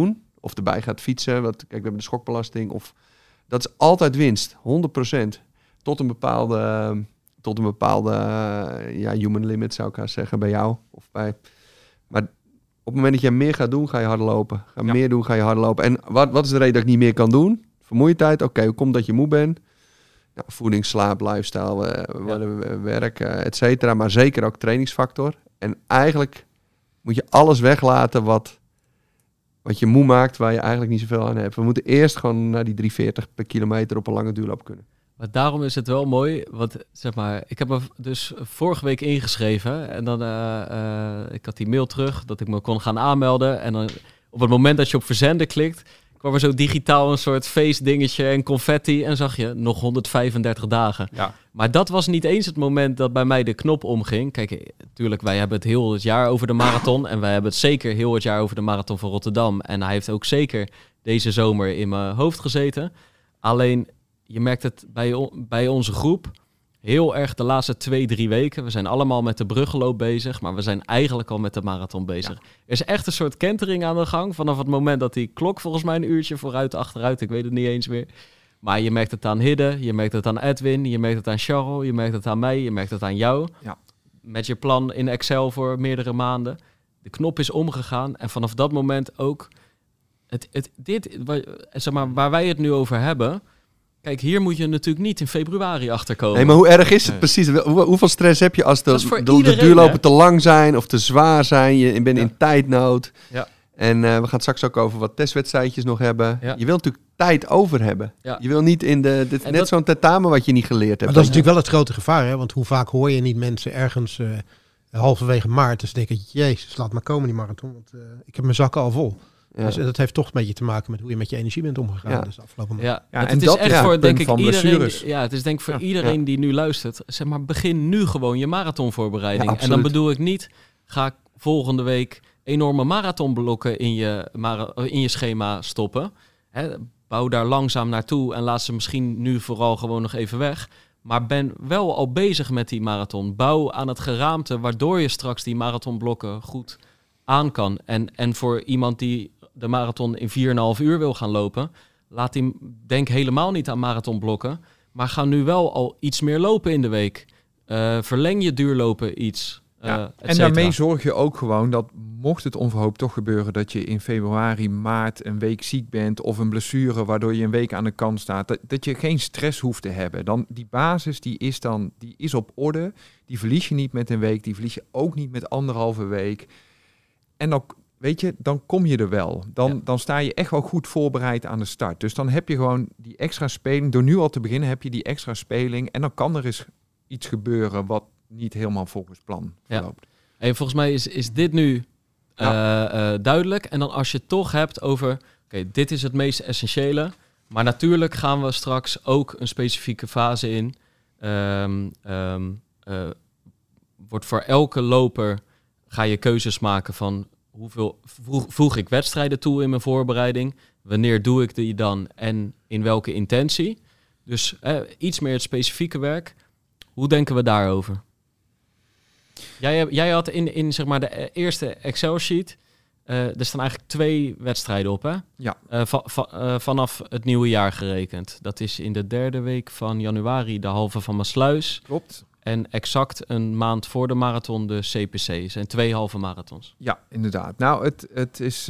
Of erbij gaat fietsen. Kijk, we hebben de schokbelasting. Dat is altijd winst, 100%. Tot een bepaalde human limit zou ik haar zeggen bij jou. Maar op het moment dat jij meer gaat doen, ga je harder lopen. Meer doen, ga je harder lopen. En wat is de reden dat ik niet meer kan doen? Vermoeidheid. Oké, hoe komt dat je moe bent? Nou, voeding, slaap, lifestyle, werk, et cetera. Maar zeker ook trainingsfactor. En eigenlijk moet je alles weglaten wat je moe maakt, waar je eigenlijk niet zoveel aan hebt. We moeten eerst gewoon naar die 3,40 per kilometer op een lange duurloop kunnen. Maar daarom is het wel mooi, want zeg maar, ik heb me dus vorige week ingeschreven en dan ik had die mail terug dat ik me kon gaan aanmelden en dan op het moment dat je op verzenden klikt, kwam er zo digitaal een soort feestdingetje en confetti en zag je nog 135 dagen. Ja. Maar dat was niet eens het moment dat bij mij de knop omging. Kijk, natuurlijk, wij hebben het heel het jaar over de marathon en wij hebben het zeker heel het jaar over de marathon van Rotterdam. En hij heeft ook zeker deze zomer in mijn hoofd gezeten. Alleen, je merkt het bij onze groep heel erg de laatste 2-3 weken. We zijn allemaal met de bruggenloop bezig, maar we zijn eigenlijk al met de marathon bezig. Ja. Er is echt een soort kentering aan de gang vanaf het moment dat die klok volgens mij een uurtje vooruit, achteruit, ik weet het niet eens meer. Maar je merkt het aan Hidde, je merkt het aan Edwin, je merkt het aan Charles, je merkt het aan mij, je merkt het aan jou. Ja. Met je plan in Excel voor meerdere maanden. De knop is omgegaan en vanaf dat moment ook waar wij het nu over hebben. Kijk, hier moet je natuurlijk niet in februari achterkomen. Nee, maar hoe erg is het precies? Hoeveel stress heb je als de duurlopen te lang zijn of te zwaar zijn? Je bent in tijdnood. Ja. En we gaan straks ook over wat testwedstrijdjes nog hebben. Ja. Je wilt natuurlijk tijd over hebben. Ja. Je wil niet net zo'n tentamen wat je niet geleerd hebt. Maar dat is natuurlijk wel het grote gevaar. Hè? Want hoe vaak hoor je niet mensen ergens halverwege maart. Dus denken, jezus, laat maar komen die marathon. Want ik heb mijn zakken al vol. Ja. Dus dat heeft toch een beetje te maken met hoe je met je energie bent omgegaan. Dus de afgelopen maand. Ja, het is echt voor, denk ik, iedereen. Ja, het is denk ik voor iedereen die nu luistert. Zeg maar, begin nu gewoon je marathonvoorbereiding. Ja, en dan bedoel ik niet, ga ik volgende week enorme marathonblokken in je schema stoppen. Bouw daar langzaam naartoe en laat ze misschien nu vooral gewoon nog even weg. Maar ben wel al bezig met die marathon. Bouw aan het geraamte waardoor je straks die marathonblokken goed aan kan. En voor iemand die de marathon in 4,5 uur wil gaan lopen, denk helemaal niet aan marathonblokken, maar ga nu wel al iets meer lopen in de week. Verleng je duurlopen iets. En daarmee zorg je ook gewoon dat, mocht het onverhoopt toch gebeuren, dat je in februari, maart een week ziek bent of een blessure waardoor je een week aan de kant staat, dat je geen stress hoeft te hebben. Dan die basis die is op orde. Die verlies je niet met een week, die verlies je ook niet met 1,5 week. En dan, weet je, dan kom je er wel. Dan sta je echt wel goed voorbereid aan de start. Dus dan heb je gewoon die extra speling. Door nu al te beginnen heb je die extra speling. En dan kan er eens iets gebeuren wat niet helemaal volgens plan verloopt. En volgens mij is dit nu duidelijk. En dan als je het toch hebt over, oké, dit is het meest essentiële. Maar natuurlijk gaan we straks ook een specifieke fase in. Wordt voor elke loper, ga je keuzes maken van hoeveel voeg ik wedstrijden toe in mijn voorbereiding? Wanneer doe ik die dan en in welke intentie? Dus iets meer het specifieke werk. Hoe denken we daarover? Jij had in zeg maar de eerste Excel-sheet, er staan eigenlijk 2 wedstrijden op, hè? Ja. Vanaf het nieuwe jaar gerekend. Dat is in de 3e week van januari de halve van Maasluis. Klopt. En exact een maand voor de marathon de CPC. Zijn 2 halve marathons. Ja, inderdaad. Nou, het is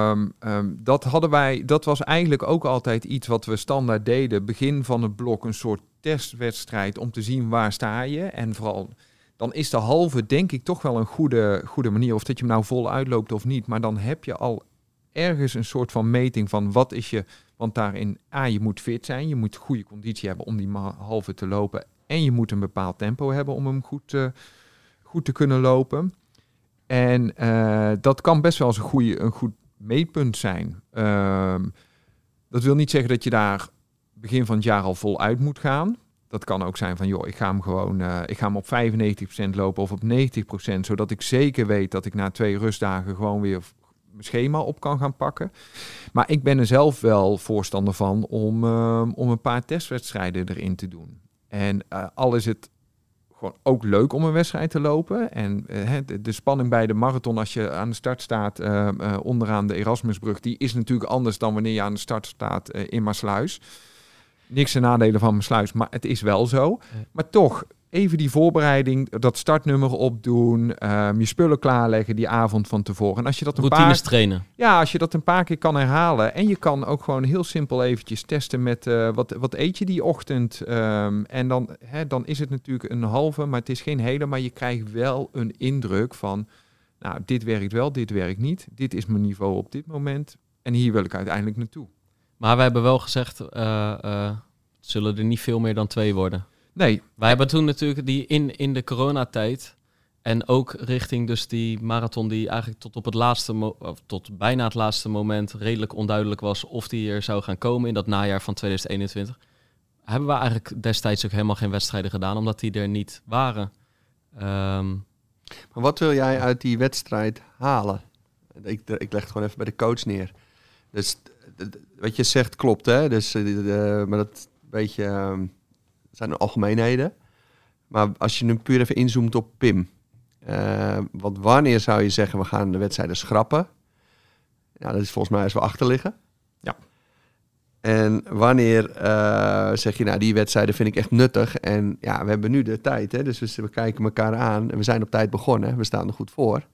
dat was eigenlijk ook altijd iets wat we standaard deden. Begin van het blok een soort testwedstrijd om te zien waar sta je. En vooral, dan is de halve denk ik toch wel een goede manier. Of dat je hem nou vol uitloopt of niet. Maar dan heb je al ergens een soort van meting van wat is je. Want daarin, je moet fit zijn. Je moet goede conditie hebben om die halve te lopen. En je moet een bepaald tempo hebben om hem goed te kunnen lopen. En dat kan best wel eens een goed meetpunt zijn. Dat wil niet zeggen dat je daar begin van het jaar al vol uit moet gaan. Dat kan ook zijn van, joh, ik ga hem op 95% lopen of op 90%. Zodat ik zeker weet dat ik na 2 rustdagen gewoon weer mijn schema op kan gaan pakken. Maar ik ben er zelf wel voorstander van om een paar testwedstrijden erin te doen. En al is het gewoon ook leuk om een wedstrijd te lopen. En de spanning bij de marathon als je aan de start staat onderaan de Erasmusbrug, die is natuurlijk anders dan wanneer je aan de start staat in Maassluis. Niks ten nadele van Maassluis, maar het is wel zo. Ja. Maar toch, even die voorbereiding, dat startnummer opdoen, je spullen klaarleggen die avond van tevoren. En als je dat trainen. Ja, als je dat een paar keer kan herhalen. En je kan ook gewoon heel simpel eventjes testen met wat eet je die ochtend. En dan is het natuurlijk een halve, maar het is geen hele. Maar je krijgt wel een indruk van, nou, dit werkt wel, dit werkt niet. Dit is mijn niveau op dit moment. En hier wil ik uiteindelijk naartoe. Maar wij hebben wel gezegd, zullen er niet veel meer dan 2 worden. Nee. Wij hebben toen natuurlijk die in de coronatijd en ook richting dus die marathon die eigenlijk tot bijna het laatste moment redelijk onduidelijk was of die er zou gaan komen in dat najaar van 2021. Hebben we eigenlijk destijds ook helemaal geen wedstrijden gedaan, omdat die er niet waren. Maar wat wil jij uit die wedstrijd halen? Ik leg het gewoon even bij de coach neer. Dus wat je zegt klopt, hè? Dus, maar dat beetje zijn algemeenheden. Maar als je nu puur even inzoomt op Pim. Want wanneer zou je zeggen, we gaan de wedstrijden schrappen? Ja, dat is volgens mij als we achterliggen. Ja. En wanneer zeg je, nou, die wedstrijden vind ik echt nuttig. En ja, we hebben nu de tijd, hè? Dus we kijken elkaar aan. En we zijn op tijd begonnen. We staan er goed voor.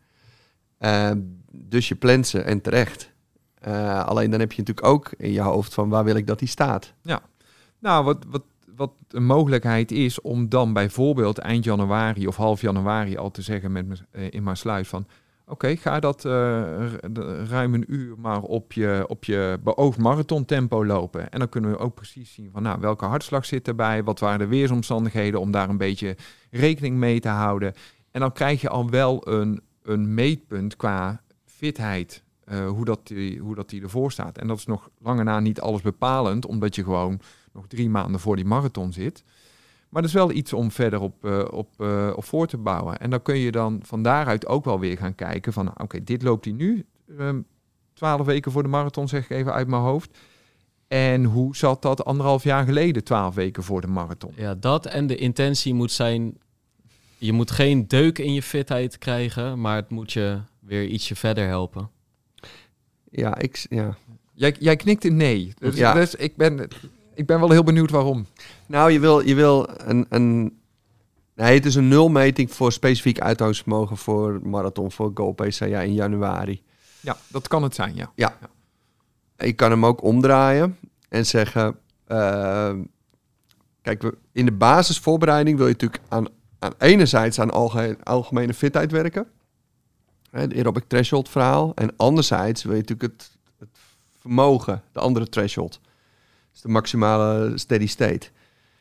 Dus je plant ze en terecht. Alleen dan heb je natuurlijk ook in je hoofd van waar wil ik dat die staat. Ja, nou wat een mogelijkheid is om dan bijvoorbeeld eind januari of half januari al te zeggen in Maassluis van oké, ga dat ruim een uur maar op je beoogd marathontempo lopen. En dan kunnen we ook precies zien van nou, welke hartslag zit erbij, wat waren de weersomstandigheden om daar een beetje rekening mee te houden. En dan krijg je al wel een meetpunt qua fitheid. Hoe dat die ervoor staat. En dat is nog lange na niet alles bepalend, omdat je gewoon nog 3 maanden voor die marathon zit. Maar dat is wel iets om verder op voor te bouwen. En dan kun je dan van daaruit ook wel weer gaan kijken van, oké, dit loopt hij nu 12 weken voor de marathon, zeg ik even uit mijn hoofd. En hoe zat dat 1,5 jaar geleden, 12 weken voor de marathon? Ja, dat en de intentie moet zijn, je moet geen deuk in je fitheid krijgen, maar het moet je weer ietsje verder helpen. Ja, Jij knikt in nee. Dus ik ben wel heel benieuwd waarom. Nou, je wil nee, het is een nulmeting voor specifiek uithoudingsvermogen voor marathon, voor Goal PCA in januari. Ja, dat kan het zijn, ja. Ja. Je kan hem ook omdraaien en zeggen, kijk, in de basisvoorbereiding wil je natuurlijk aan enerzijds aan algemene fitheid werken. Het aerobic threshold verhaal. En anderzijds wil je natuurlijk het vermogen, de andere threshold. Dus de maximale steady state.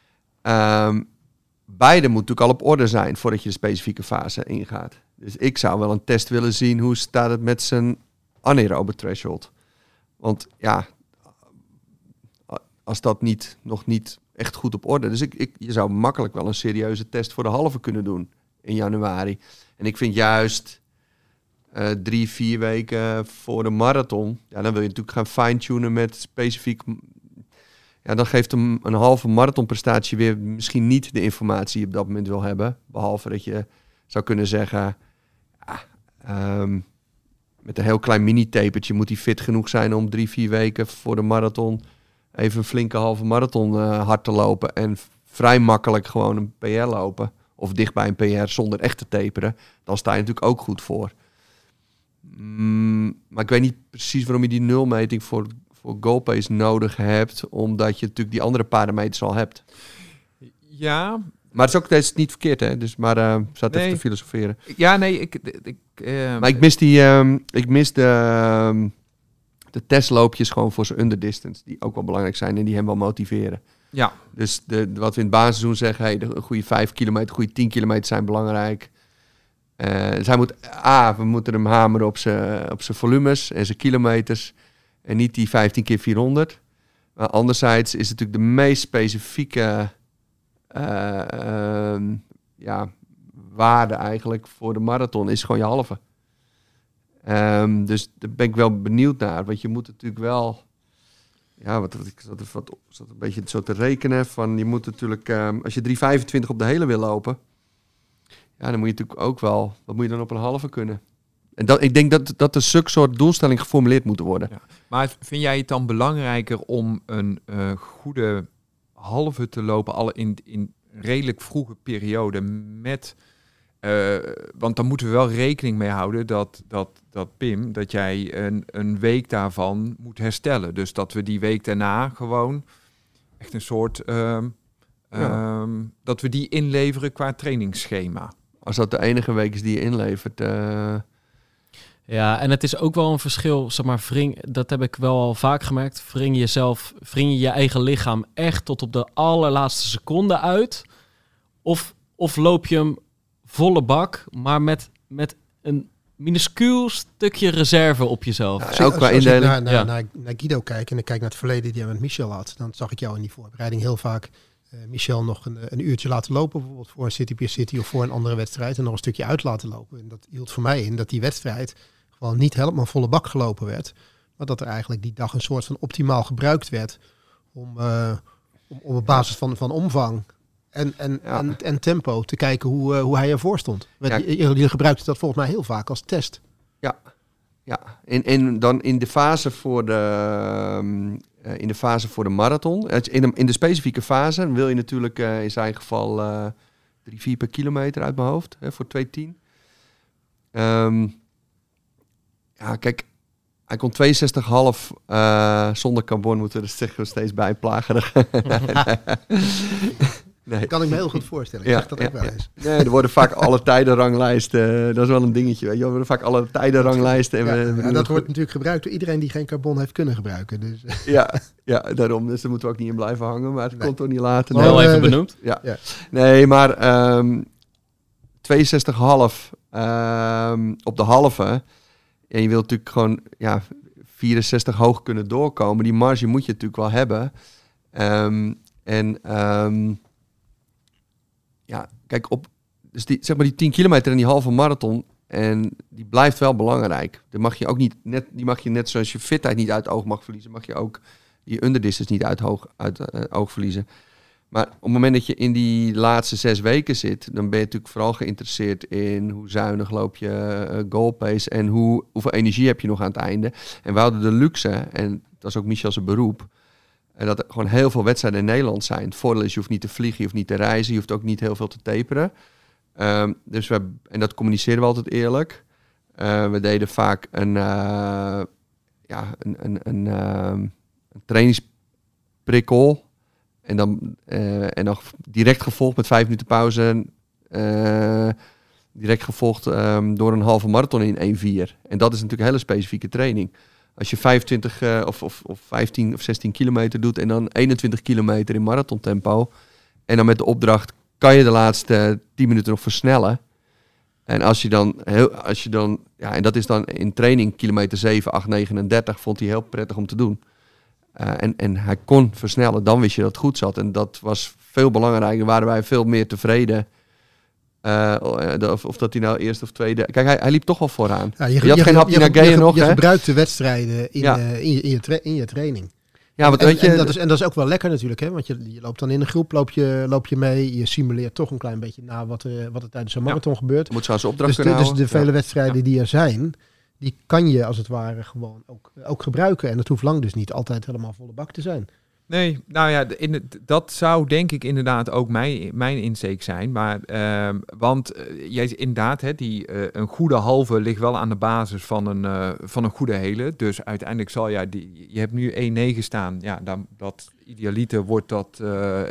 Beide moet natuurlijk al op orde zijn voordat je de specifieke fase ingaat. Dus ik zou wel een test willen zien hoe staat het met zijn anaerobe threshold. Want ja, als dat nog niet echt goed op orde. Dus je zou makkelijk wel een serieuze test voor de halve kunnen doen in januari. En ik vind juist 3-4 weken voor de marathon, ja, dan wil je natuurlijk gaan fine-tunen met specifiek. Ja, dan geeft een halve marathonprestatie weer misschien niet de informatie die je op dat moment wil hebben. Behalve dat je zou kunnen zeggen, met een heel klein mini-tapertje moet hij fit genoeg zijn om 3-4 weken voor de marathon even een flinke halve marathon hard te lopen. En vrij makkelijk gewoon een PR lopen. Of dicht bij een PR zonder echt te taperen. Dan sta je natuurlijk ook goed voor. Maar ik weet niet precies waarom je die nulmeting voor goalpace nodig hebt, omdat je natuurlijk die andere parameters al hebt. Ja. Maar het is ook steeds niet verkeerd, hè? Dus maar zat even te filosoferen. Ja, nee, maar ik mis de testloopjes gewoon voor zijn underdistance, die ook wel belangrijk zijn en die hem wel motiveren. Ja. Dus wat we in het basisseizoen zeggen, hey, de goede 5 kilometer, goede 10 kilometer zijn belangrijk. Dus we moeten hem hameren op zijn volumes en zijn kilometers. En niet die 15 keer 400. Maar anderzijds is het natuurlijk de meest specifieke waarde eigenlijk voor de marathon is gewoon je halve. Dus daar ben ik wel benieuwd naar. Want je moet natuurlijk wel. Ja, ik zat een beetje zo te rekenen. Van je moet natuurlijk, als je 3,25 op de hele wil lopen. Ja, dan moet je natuurlijk ook wel... Wat moet je dan op een halve kunnen? En ik denk dat er zulke soort doelstellingen geformuleerd moeten worden. Ja. Maar vind jij het dan belangrijker om een goede halve te lopen... al in redelijk vroege periode met... want dan moeten we wel rekening mee houden dat Pim, dat jij een week daarvan moet herstellen. Dus dat we die week daarna gewoon echt een soort... dat we die inleveren qua trainingsschema. Als dat de enige week is die je inlevert... Ja, en het is ook wel een verschil, zeg maar, dat heb ik wel al vaak gemerkt. Wring je je eigen lichaam echt tot op de allerlaatste seconde uit? Of loop je hem volle bak, maar met een minuscuul stukje reserve op jezelf? Ja, ook qua indeling. Als ik naar Guido kijk en ik kijk naar het verleden die hij met Michel had, dan zag ik jou in die voorbereiding heel vaak Michel nog een uurtje laten lopen, bijvoorbeeld voor een City Pier City of voor een andere wedstrijd en nog een stukje uit laten lopen. En dat hield voor mij in dat die wedstrijd gewoon niet helemaal volle bak gelopen werd, maar dat er eigenlijk die dag een soort van optimaal gebruikt werd om op basis van omvang en tempo te kijken hoe hij ervoor stond. Jullie gebruikten dat volgens mij heel vaak als test. Ja. En dan in de fase voor de marathon, in de specifieke fase wil je natuurlijk in zijn geval 3-4 per kilometer uit mijn hoofd, voor 2:10. Ja, kijk, hij kon 62,5 zonder carbon, moeten we er zeggen steeds bij, plagerig. Nee. Kan ik me heel goed voorstellen. Ik zeg dat ook wel eens. Nee, er worden vaak alle tijdenranglijsten. Dat is wel een dingetje. Weet je. Er worden vaak alle tijdenranglijsten. En dat wordt natuurlijk gebruikt door iedereen die geen carbon heeft kunnen gebruiken. Dus. Ja, daarom. Dus daar moeten we ook niet in blijven hangen. Maar het komt toch niet later. Wel even benoemd. Ja. Nee, maar 62,5 op de halve. En je wilt natuurlijk gewoon 64 hoog kunnen doorkomen. Die marge moet je natuurlijk wel hebben. Kijk, dus die 10 kilometer en die halve marathon, en die blijft wel belangrijk. Dan mag je ook niet net zoals je fitheid niet uit het oog mag verliezen, mag je ook je underdistance niet uit het oog verliezen. Maar op het moment dat je in die laatste 6 weken zit, dan ben je natuurlijk vooral geïnteresseerd in hoe zuinig loop je goal pace en hoeveel energie heb je nog aan het einde. En we hadden de luxe, en dat is ook Michel's beroep, en dat er gewoon heel veel wedstrijden in Nederland zijn. Het voordeel is, je hoeft niet te vliegen, je hoeft niet te reizen, je hoeft ook niet heel veel te taperen. En dat communiceren we altijd eerlijk. We deden vaak een trainingsprikkel. En dan direct gevolgd met 5 minuten pauze. Direct gevolgd door een halve marathon in 1:04. En dat is natuurlijk een hele specifieke training. Als je 25 of 15 of 16 kilometer doet en dan 21 kilometer in marathontempo. En dan met de opdracht, kan je de laatste 10 minuten nog versnellen. En als je dan, en dat is dan in training kilometer 7, 8, 39, vond hij heel prettig om te doen. En hij kon versnellen, dan wist je dat het goed zat. En dat was veel belangrijker, waren wij veel meer tevreden. Of dat hij nou eerst of tweede... Kijk, hij liep toch wel vooraan. Ja, je had geen hapje naar Gaia nog. Je gebruikt de wedstrijden in je training. Ja, want dat is ook wel lekker natuurlijk. Hè? Want je loopt dan in een groep, loop je mee. Je simuleert toch een klein beetje na wat er tijdens een marathon gebeurt. Moet ze aan zijn opdracht kunnen houden. Dus de vele wedstrijden die er zijn, die kan je als het ware gewoon ook gebruiken. En dat hoeft lang dus niet altijd helemaal volle bak te zijn. Nee, nou ja, dat zou denk ik inderdaad ook mijn insteek zijn. Maar, want jij inderdaad, een goede halve ligt wel aan de basis van een goede hele. Dus uiteindelijk zal je hebt nu 1,9 staan. Ja, dat idealiter wordt dat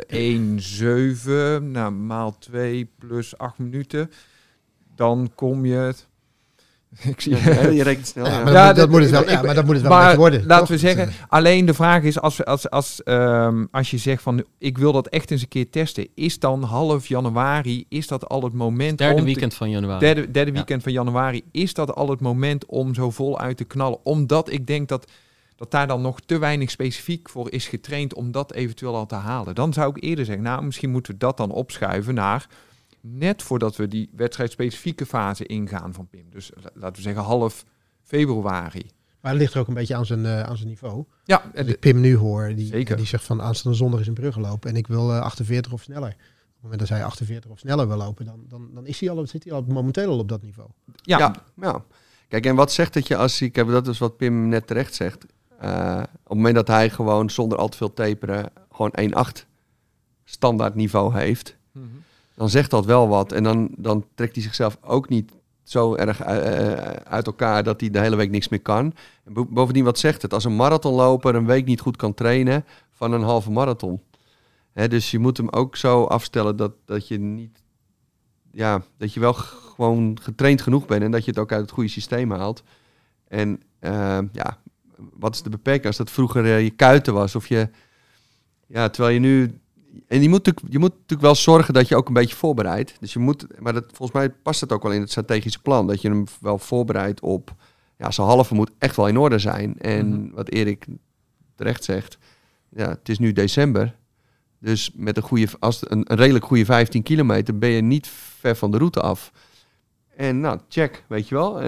1,7 maal 2 plus 8 minuten. Dan kom je... Ik zie je rekent snel. Maar dat moet het wel worden. Laten we zeggen, alleen de vraag is, als je zegt van, ik wil dat echt eens een keer testen, is dan half januari, is dat al het moment... Derde weekend van januari. Derde weekend van januari, is dat al het moment om zo vol uit te knallen? Omdat ik denk dat daar dan nog te weinig specifiek voor is getraind om dat eventueel al te halen. Dan zou ik eerder zeggen, misschien moeten we dat dan opschuiven naar... net voordat we die wedstrijdspecifieke fase ingaan van Pim. Dus laten we zeggen half februari. Maar het ligt er ook een beetje aan zijn niveau. Ja. Als ik Pim nu hoor, die zegt van aanstaande zondag is in Brugge lopen en ik wil 48 of sneller. het moment dat hij 48 of sneller wil lopen, dan zit hij al momenteel al op dat niveau. Ja. Kijk, en wat zegt het je dat is wat Pim net terecht zegt. Op het moment dat hij gewoon zonder al te veel taperen gewoon 1,8 standaard niveau heeft, dan zegt dat wel wat. En dan trekt hij zichzelf ook niet zo erg uit elkaar dat hij de hele week niks meer kan. En bovendien, wat zegt het? Als een marathonloper een week niet goed kan trainen van een halve marathon. Dus je moet hem ook zo afstellen dat je niet... Ja, dat je wel gewoon getraind genoeg bent en dat je het ook uit het goede systeem haalt. En wat is de beperking als dat vroeger je kuiten was? Of je... Ja, terwijl je nu... En je moet natuurlijk wel zorgen dat je ook een beetje voorbereidt. Dus maar volgens mij past het ook wel in het strategische plan. Dat je hem wel voorbereidt op... Ja, zijn halve moet echt wel in orde zijn. En wat Erik terecht zegt... Ja, het is nu december. Dus met een redelijk goede 15 kilometer ben je niet ver van de route af. En check, weet je wel.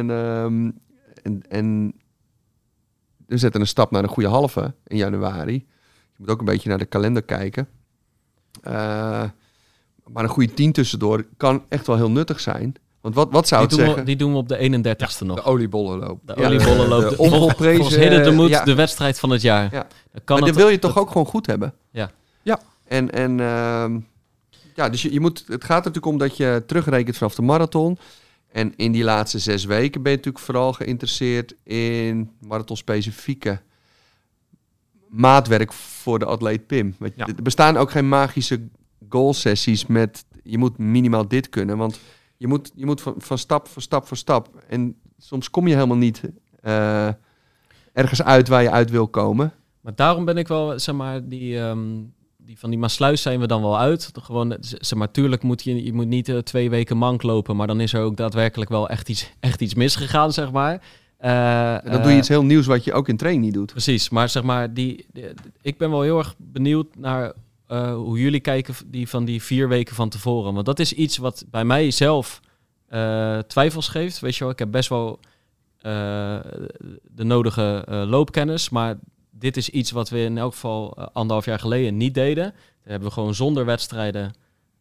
En we zetten een stap naar een goede halve in januari. Je moet ook een beetje naar de kalender kijken. Maar een goede 10 tussendoor kan echt wel heel nuttig zijn. Want wat zou het zeggen? Die doen we op de 31ste nog. De oliebollenloop. De oliebollenloop. De onvolprezen... Hidden de Moed, de wedstrijd van het jaar. Ja. Maar wil je toch ook gewoon goed hebben? Ja. Dus het gaat er natuurlijk om dat je terugrekent vanaf de marathon. En in die laatste 6 weken ben je natuurlijk vooral geïnteresseerd in marathonspecifieke maatwerk voor de atleet Pim. Er bestaan ook geen magische goalsessies met je moet minimaal dit kunnen. Want je moet van stap voor stap voor stap. En soms kom je helemaal niet ergens uit waar je uit wil komen. Maar daarom ben ik wel, zeg maar, die van die Maasluis zijn we dan wel uit. Gewoon, zeg maar, tuurlijk moet je moet niet 2 weken mank lopen, maar dan is er ook daadwerkelijk wel echt iets misgegaan, zeg maar. En dan doe je iets heel nieuws wat je ook in training niet doet. Precies, maar zeg maar, ik ben wel heel erg benieuwd naar hoe jullie kijken van die 4 weken van tevoren. Want dat is iets wat bij mij zelf twijfels geeft. Weet je wel, ik heb best wel de nodige loopkennis, maar dit is iets wat we in elk geval 1,5 jaar geleden niet deden. Daar hebben we gewoon zonder wedstrijden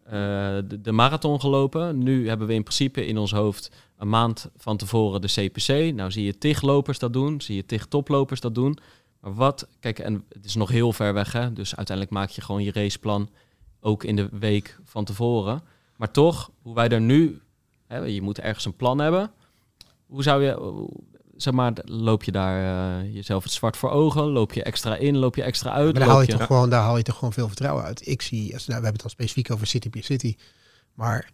de marathon gelopen. Nu hebben we in principe in ons hoofd een maand van tevoren de CPC. Nou zie je tig lopers dat doen, zie je tig toplopers dat doen. Maar kijk, en het is nog heel ver weg, hè? Dus uiteindelijk maak je gewoon je raceplan ook in de week van tevoren. Maar toch, hoe wij er nu, je moet ergens een plan hebben. Hoe zou je, zeg maar, loop je daar jezelf het zwart voor ogen? Loop je extra in? Loop je extra uit? Maar daar haal je toch gewoon veel vertrouwen uit. Ik zie, we hebben het al specifiek over City by City. Maar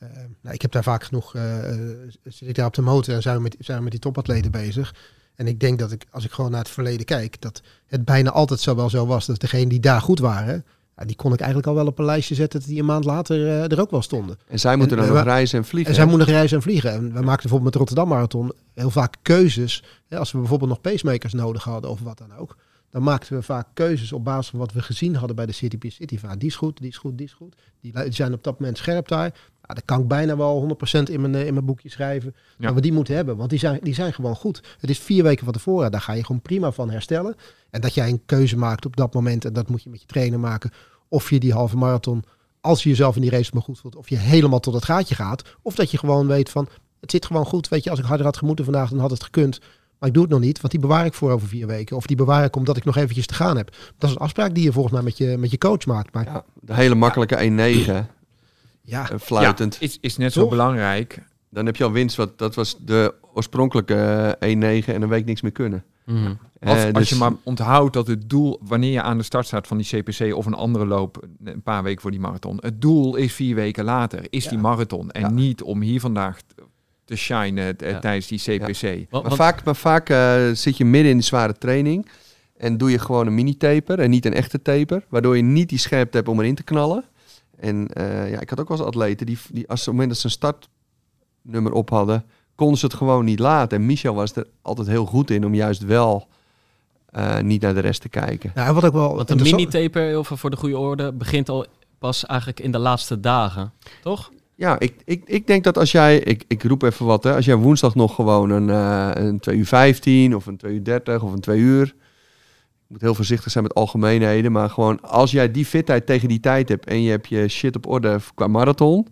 ik heb daar vaak genoeg, zit ik daar op de motor en zijn we met die topatleten bezig. En ik denk dat als ik gewoon naar het verleden kijk, dat het bijna altijd zo was. Dat degenen die daar goed waren, die kon ik eigenlijk al wel op een lijstje zetten dat die een maand later er ook wel stonden. En zij moeten dan nog reizen en vliegen. En zij moeten nog reizen en vliegen. En we maakten bijvoorbeeld met de Rotterdam Marathon heel vaak keuzes. Als we bijvoorbeeld nog pacemakers nodig hadden of wat dan ook. Dan maakten we vaak keuzes op basis van wat we gezien hadden bij de City by City. Van, die is goed, die is goed, die is goed. Die zijn op dat moment scherp daar. Dat kan ik bijna wel 100% in mijn boekje schrijven. Ja. Dat we die moeten hebben, want die zijn gewoon goed. Het is 4 weken van tevoren, daar ga je gewoon prima van herstellen. En dat jij een keuze maakt op dat moment, en dat moet je met je trainer maken, of je die halve marathon, als je jezelf in die race maar goed voelt, of je helemaal tot het gaatje gaat, of dat je gewoon weet van, het zit gewoon goed. Weet je, als ik harder had gemoeten vandaag, dan had het gekund. Maar ik doe het nog niet, want die bewaar ik voor over 4 weken. Of die bewaar ik omdat ik nog eventjes te gaan heb. Dat is een afspraak die je volgens mij met je coach maakt. Maar ja, de hele makkelijke 1-9. Ja, Ja, fluitend. is net zo belangrijk. Dan heb je al winst. Dat was de oorspronkelijke 1-9 en een week niks meer kunnen. Mm-hmm. Als je maar onthoudt dat het doel, wanneer je aan de start staat van die CPC of een andere loop, een paar weken voor die marathon, het doel is 4 weken later, is die marathon. En niet om hier vandaag te shinen tijdens die CPC. Ja. Maar vaak zit je midden in die zware training en doe je gewoon een mini-taper en niet een echte taper, waardoor je niet die scherpte hebt om erin te knallen. En ik had ook wel eens atleten die als op het moment dat ze een startnummer op hadden, konden ze het gewoon niet laten. En Michel was er altijd heel goed in om juist wel niet naar de rest te kijken. Ja, wat ook wel. Want een mini-taper, voor de goede orde, begint al pas eigenlijk in de laatste dagen, toch? Ja, ik denk dat als jij, ik roep even wat, hè, als jij woensdag nog gewoon een 2:15 of een 2:30 of een 2 uur, moet heel voorzichtig zijn met algemeenheden. Maar gewoon als jij die fitheid tegen die tijd hebt en je hebt je shit op orde qua marathon.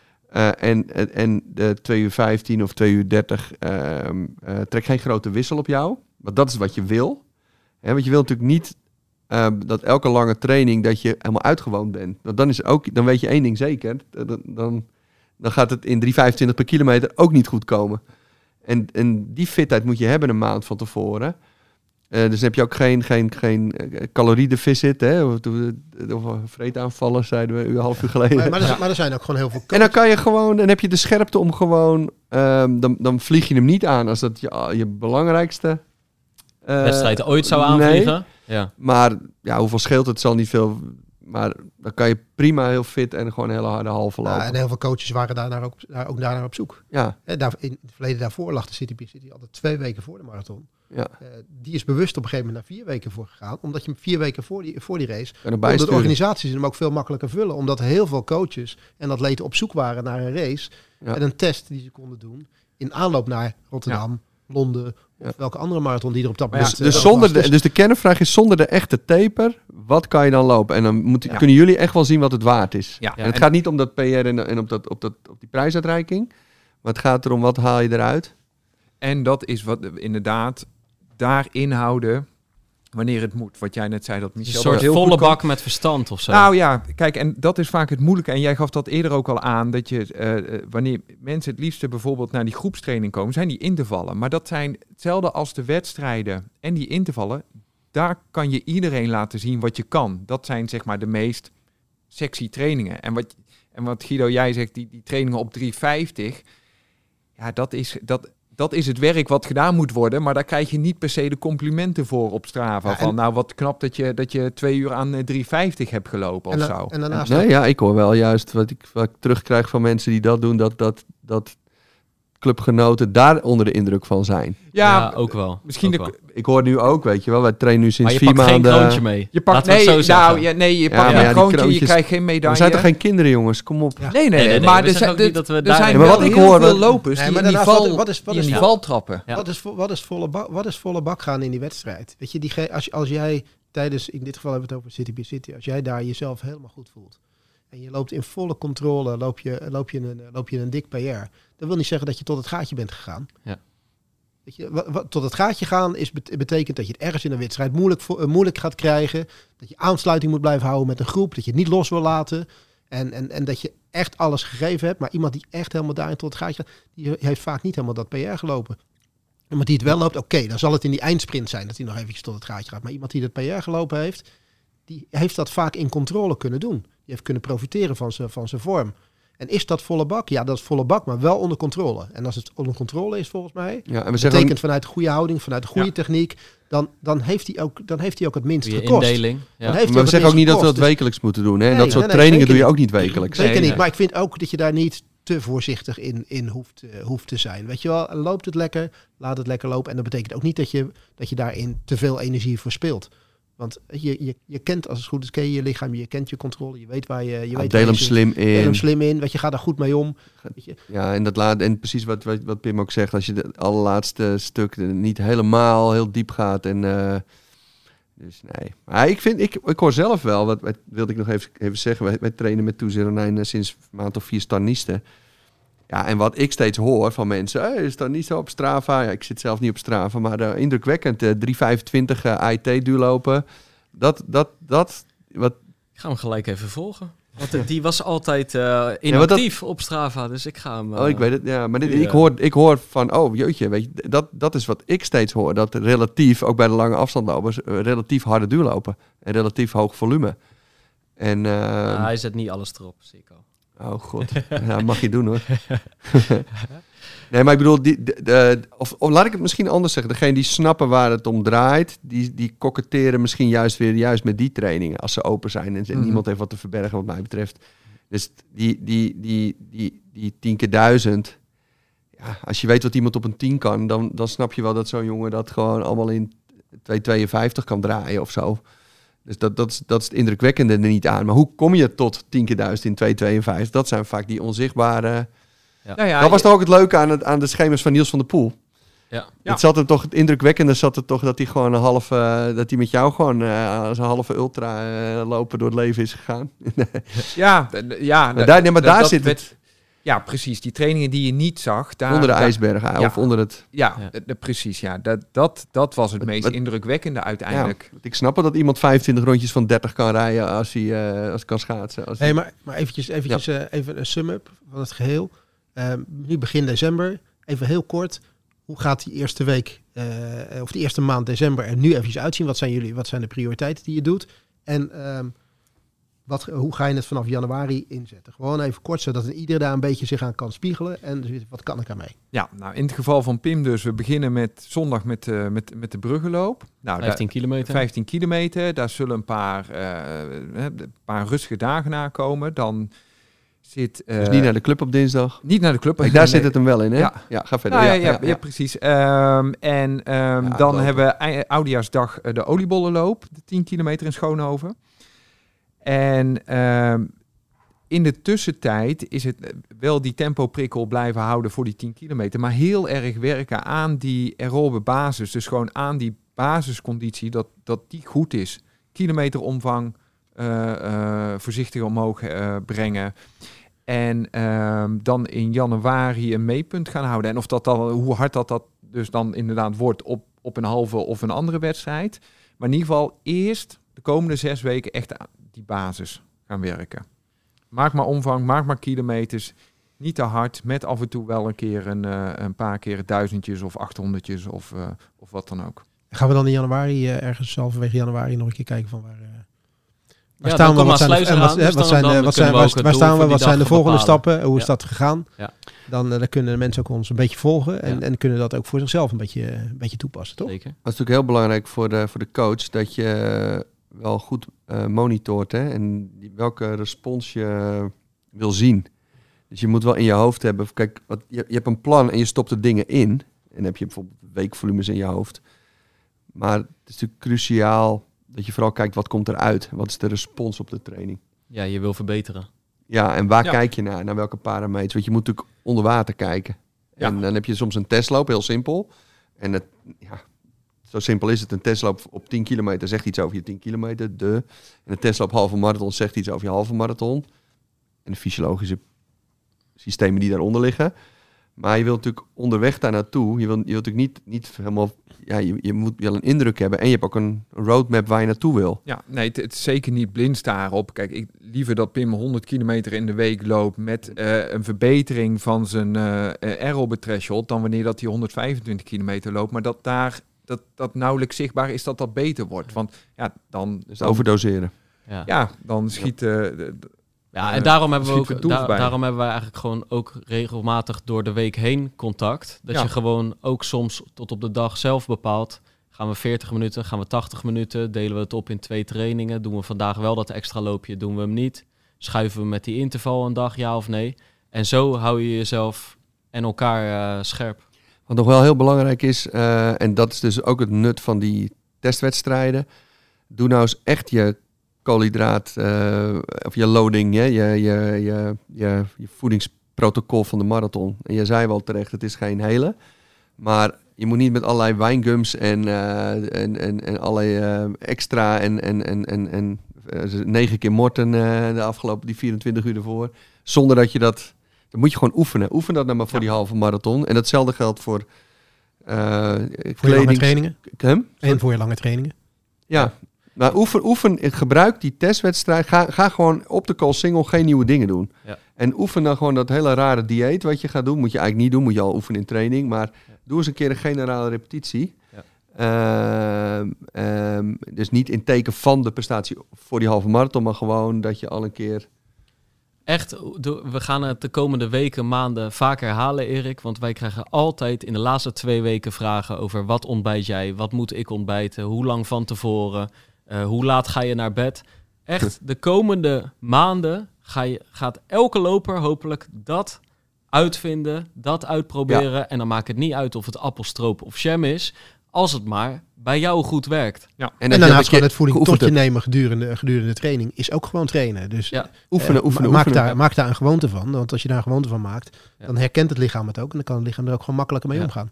En de 2:15 of 2:30 trek geen grote wissel op jou. Want dat is wat je wil. Want je wil natuurlijk niet dat elke lange training dat je helemaal uitgewoond bent. Dan weet je één ding zeker. Dan gaat het in 3,25 per kilometer ook niet goed komen. En die fitheid moet je hebben een maand van tevoren. Dus dan heb je ook geen caloriedeficit, hè? Of vreetaanvallen, zeiden we een half uur geleden. Maar er zijn ook gewoon heel veel En dan kan je gewoon, dan heb je de scherpte om gewoon, dan vlieg je hem niet aan als dat je belangrijkste wedstrijd ooit zou aanvliegen. Nee. Ja. Maar ja, hoeveel scheelt het? Zal niet veel. Maar dan kan je prima heel fit en gewoon een hele harde halve lopen. En heel veel coaches waren daarnaar op zoek. Ja. In het verleden daarvoor lag de City altijd 2 weken voor de marathon. Ja. Die is bewust op een gegeven moment naar 4 weken voor gegaan. Omdat je hem 4 weken voor die race... Omdat de organisaties hem ook veel makkelijker vullen. Omdat heel veel coaches en atleten op zoek waren naar een race. Ja. En een test die ze konden doen in aanloop naar Rotterdam, Londen... of welke andere marathon die er op dat moment... Dus de kernvraag is zonder de echte taper, wat kan je dan lopen? En dan kunnen jullie echt wel zien wat het waard is. Ja. En het gaat niet om dat PR en op die prijsuitreiking. Maar het gaat erom, wat haal je eruit? En dat is wat inderdaad daar inhouden wanneer het moet. Wat jij net zei, dat Michel... Een soort heel volle bak met verstand of zo. Nou ja, kijk, en dat is vaak het moeilijke. En jij gaf dat eerder ook al aan, dat je wanneer mensen het liefste bijvoorbeeld naar die groepstraining komen, zijn die intervallen. Maar dat zijn hetzelfde als de wedstrijden en die intervallen. Daar kan je iedereen laten zien wat je kan. Dat zijn zeg maar de meest sexy trainingen. En wat Guido, jij zegt, die trainingen op 3:50, ja, dat is het werk wat gedaan moet worden, maar daar krijg je niet per se de complimenten voor op Strava. Ja, van nou, wat knap dat je 2 uur aan 3:50 hebt gelopen of zo. En daarnaast ik hoor wel juist wat ik terugkrijg van mensen die dat doen, dat clubgenoten daar onder de indruk van zijn. Ja, ook wel. Misschien ook wel. Ik hoor nu ook, weet je wel, wij trainen nu sinds 4 maanden. Maar je pakt geen kroontje mee. Je pakt je pakt een kroontje, je krijgt geen medaille. We zijn toch geen kinderen, jongens? Kom op. Ja. Nee. Maar er zijn maar wat ik hoor, veel lopers die in die val trappen. Ja. Wat is volle bak gaan in die wedstrijd? Weet je, als jij tijdens, in dit geval hebben we het over City by City, als jij daar jezelf helemaal goed voelt en je loopt in volle controle, loop je een dik PR. Dat wil niet zeggen dat je tot het gaatje bent gegaan. Ja. Weet je, tot het gaatje gaan betekent dat je het ergens in een wedstrijd moeilijk gaat krijgen. Dat je aansluiting moet blijven houden met een groep. Dat je het niet los wil laten. En dat je echt alles gegeven hebt. Maar iemand die echt helemaal daarin tot het gaatje gaat, die heeft vaak niet helemaal dat PR gelopen. Iemand die het wel loopt, oké, dan zal het in die eindsprint zijn dat hij nog eventjes tot het gaatje gaat. Maar iemand die dat PR gelopen heeft, die heeft dat vaak in controle kunnen doen. Die heeft kunnen profiteren van zijn vorm. En is dat volle bak? Ja, dat is volle bak, maar wel onder controle. En als het onder controle is, volgens mij, en betekent vanuit de goede houding, vanuit de goede techniek, dan heeft hij ook het minst gekost. Indeling. Ja. Maar we zeggen ook niet dat we dat wekelijks moeten doen. Hè? En dat soort trainingen doe je ook niet wekelijks. Zeker niet, maar ik vind ook dat je daar niet te voorzichtig in hoeft te zijn. Weet je wel, loopt het lekker, laat het lekker lopen. En dat betekent ook niet dat je daarin te veel energie verspilt. Want je kent, als het goed is, ken je je lichaam, je kent je controle, je weet waar je weet. Deel hem slim in. Deel hem slim in, weet je, ga daar goed mee om. Weet je. Ja, en precies wat Pim ook zegt, als je het allerlaatste stuk niet helemaal heel diep gaat. En, dus nee. Maar ik hoor zelf wel, wat wilde ik nog even zeggen, wij trainen met Toezierenijn sinds een maand of 4 stanisten. Ja, en wat ik steeds hoor van mensen, is dat niet zo op Strava? Ja, ik zit zelf niet op Strava, maar indrukwekkend. 3:25 IT duurlopen. Dat. Ik ga hem gelijk even volgen. Want die was altijd inactief op Strava, dus ik ga hem... ik weet het, ja. Maar ik hoor van, jeetje, weet je, dat is wat ik steeds hoor. Dat relatief, ook bij de lange afstandlopers, relatief harde duurlopen. En relatief hoog volume. En, hij zet niet alles erop, zie ik al. Oh god, ja, mag je doen hoor. Nee, maar ik bedoel, of laat ik het misschien anders zeggen. Degene die snappen waar het om draait, die koketteren misschien juist met die trainingen. Als ze open zijn en niemand heeft wat te verbergen wat mij betreft. Dus die 10 keer 1000. Ja, als je weet wat iemand op een 10 kan, dan snap je wel dat zo'n jongen dat gewoon allemaal in 2:52 kan draaien of zo. Dus dat is het indrukwekkende er niet aan. Maar hoe kom je tot 10 keer 1000 in 2:52? Dat zijn vaak die onzichtbare... Ja. Nou ja, dat was toch ook het leuke aan de schema's van Niels van der Poel. Het zat hem toch, het indrukwekkende zat er toch dat hij gewoon dat hij met jou gewoon als een halve ultra lopen door het leven is gegaan. Daar zit het. Ja, precies. Die trainingen die je niet zag. Onder de ijsberg of onder het... Precies. Ja, dat was het meest indrukwekkende uiteindelijk. Ja, ik snap wel dat iemand 25 rondjes van 30 kan rijden als hij kan schaatsen. Maar eventjes even een sum-up van het geheel. Nu begin december. Even heel kort. Hoe gaat die eerste week of die eerste maand december er nu eventjes uitzien? Wat zijn de prioriteiten die je doet? En hoe ga je het vanaf januari inzetten? Gewoon even kort, zodat iedereen daar een beetje zich aan kan spiegelen. En dus wat kan ik ermee? Ja, nou in het geval van Pim dus. We beginnen zondag met de bruggenloop. Nou, 15 kilometer. 15 kilometer. Daar zullen een paar rustige dagen na komen. Dan zit... dus niet naar de club op dinsdag? Niet naar de club. Daar zit het hem wel in, hè? Ja, ga verder. Ja, precies. Dan hebben we Oudejaarsdag de oliebollenloop. De 10 kilometer in Schoonhoven. En in de tussentijd is het wel die tempoprikkel blijven houden voor die 10 kilometer. Maar heel erg werken aan die aerobe basis. Dus gewoon aan die basisconditie dat die goed is. Kilometeromvang voorzichtig omhoog brengen. En dan in januari een meetpunt gaan houden. En of dat dan, hoe hard dat dus dan inderdaad wordt op een halve of een andere wedstrijd. Maar in ieder geval eerst de komende 6 weken echt die basis gaan werken. Maak maar omvang, maak maar kilometers. Niet te hard, met af en toe wel een keer een paar keer 1000'tjes of 800'tjes of wat dan ook. Gaan we dan in januari, ergens halverwege januari, nog een keer kijken van waar staan we? Waar staan we? Wat zijn de volgende stappen? Hoe is dat gegaan? Ja. Dan kunnen de mensen ook ons een beetje volgen en kunnen dat ook voor zichzelf een beetje toepassen, toch? Zeker. Dat is natuurlijk heel belangrijk voor de coach, dat je wel goed monitort, hè, en welke respons je wil zien. Dus je moet wel in je hoofd hebben, kijk, je hebt een plan en je stopt er dingen in. En dan heb je bijvoorbeeld weekvolumes in je hoofd. Maar het is natuurlijk cruciaal dat je vooral kijkt, wat komt eruit? Wat is de respons op de training? Ja, je wil verbeteren. Ja, en waar kijk je naar? Naar welke parameters? Want je moet natuurlijk onder water kijken. Ja. En dan heb je soms een testloop, heel simpel. En zo simpel is het. Een testloop op 10 kilometer zegt iets over je 10 kilometer. En een testloop halve marathon zegt iets over je halve marathon. En de fysiologische systemen die daaronder liggen. Maar je wilt natuurlijk onderweg daar naartoe. Je wilt natuurlijk niet helemaal... Ja, je moet wel een indruk hebben. En je hebt ook een roadmap waar je naartoe wil. Ja, nee, het is zeker niet blind staren op. Kijk, liever dat Pim 100 kilometer in de week loopt met een verbetering van zijn aerobe threshold dan wanneer dat hij 125 kilometer loopt. Maar dat nauwelijks zichtbaar is dat beter wordt. Want ja, dan... Dus overdoseren. Ja, dan schiet... en daarom hebben we eigenlijk gewoon ook regelmatig door de week heen contact. Dat je gewoon ook soms tot op de dag zelf bepaalt. Gaan we 40 minuten, gaan we 80 minuten, delen we het op in 2 trainingen. Doen we vandaag wel dat extra loopje, doen we hem niet. Schuiven we met die interval een dag, ja of nee. En zo hou je jezelf en elkaar scherp. Wat nog wel heel belangrijk is, en dat is dus ook het nut van die testwedstrijden. Doe nou eens echt je koolhydraat of je loading, je voedingsprotocol van de marathon. En je zei wel terecht, het is geen hele. Maar je moet niet met allerlei wijngums en allerlei extra en 9 keer morten de afgelopen die 24 uur ervoor. Zonder dat je dat... Dan moet je gewoon oefenen. Oefen dat nou maar voor die halve marathon. En datzelfde geldt voor je lange trainingen. En voor je lange trainingen. Ja. Maar oefen, gebruik die testwedstrijd. Ga gewoon op de call single geen nieuwe dingen doen. Ja. En oefen dan gewoon dat hele rare dieet wat je gaat doen. Moet je eigenlijk niet doen, moet je al oefenen in training. Maar doe eens een keer een generale repetitie. Ja. Dus niet in teken van de prestatie voor die halve marathon, maar gewoon dat je al een keer... Echt, we gaan het de komende weken, maanden vaak herhalen, Erik. Want wij krijgen altijd in de laatste 2 weken vragen over wat ontbijt jij? Wat moet ik ontbijten? Hoe lang van tevoren? Hoe laat ga je naar bed? Echt, de komende maanden gaat elke loper hopelijk dat uitvinden, dat uitproberen. Ja. En dan maakt het niet uit of het appelstroop of jam is, als het maar bij jou goed werkt. Ja. En daarnaast gewoon het voeding tot je nemen gedurende de training is ook gewoon trainen. Dus oefenen. Maak daar een gewoonte van. Want als je daar een gewoonte van maakt, dan herkent het lichaam het ook. En dan kan het lichaam er ook gewoon makkelijker mee omgaan.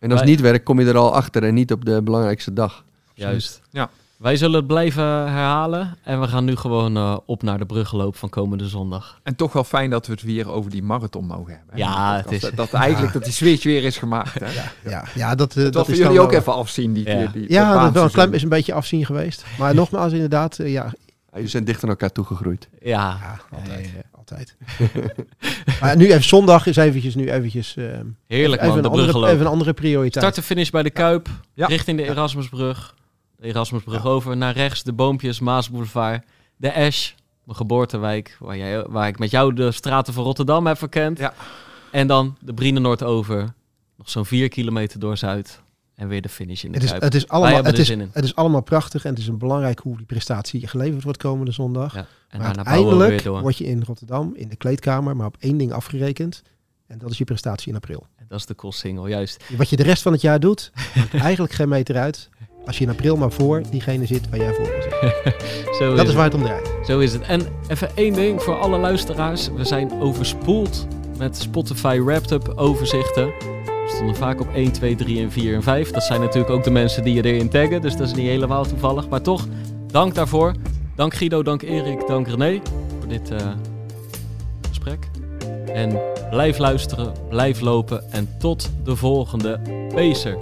En als het niet werkt, kom je er al achter en niet op de belangrijkste dag. Juist. Ja. Wij zullen het blijven herhalen. En we gaan nu gewoon op naar de bruggenloop van komende zondag. En toch wel fijn dat we het weer over die marathon mogen hebben. Ja, het is... Dat eigenlijk dat die switch weer is gemaakt. Hè? Dat Dat is voor jullie dan ook wel- even afzien. Dat dat is wel een klein is een beetje afzien geweest. Maar nogmaals, inderdaad, Jullie zijn dicht aan elkaar toegegroeid. Ja, altijd. Maar nu even zondag is eventjes heerlijk even man, de bruggenloop. even een andere prioriteit. Start en finish bij de Kuip, Ja. richting de Erasmusbrug. De Erasmusbrug over, naar rechts, de boompjes, Maasboulevard. De Ash, mijn geboortewijk, waar ik met jou de straten van Rotterdam heb verkend. Ja. En dan de Brienenoord over, nog zo'n 4 kilometer door Zuid. En weer de finish in de Kuip. Het is Wij allemaal, hebben er zin in. het is allemaal prachtig en het is een belangrijk hoe die prestatie geleverd wordt komende zondag. Ja. En Maar daarna bouwen we weer uiteindelijk door. word je in Rotterdam, in de kleedkamer, maar op één ding afgerekend. En dat is je prestatie in april. En dat is de single, juist. Wat je de rest van het jaar doet, maakt eigenlijk geen meter uit. Als je in april maar voor diegene zit waar jij voor wil zitten. Dat is waar het om draait. Zo is het. En even één ding voor alle luisteraars. We zijn overspoeld met Spotify Wrapped-up overzichten. We stonden vaak op 1, 2, 3 en 4 en 5. Dat zijn natuurlijk ook de mensen die je erin taggen. Dus dat is niet helemaal toevallig. Maar toch, dank daarvoor. Dank Guido, dank Erik, dank René voor dit gesprek. En blijf luisteren, blijf lopen en tot de volgende Pacer.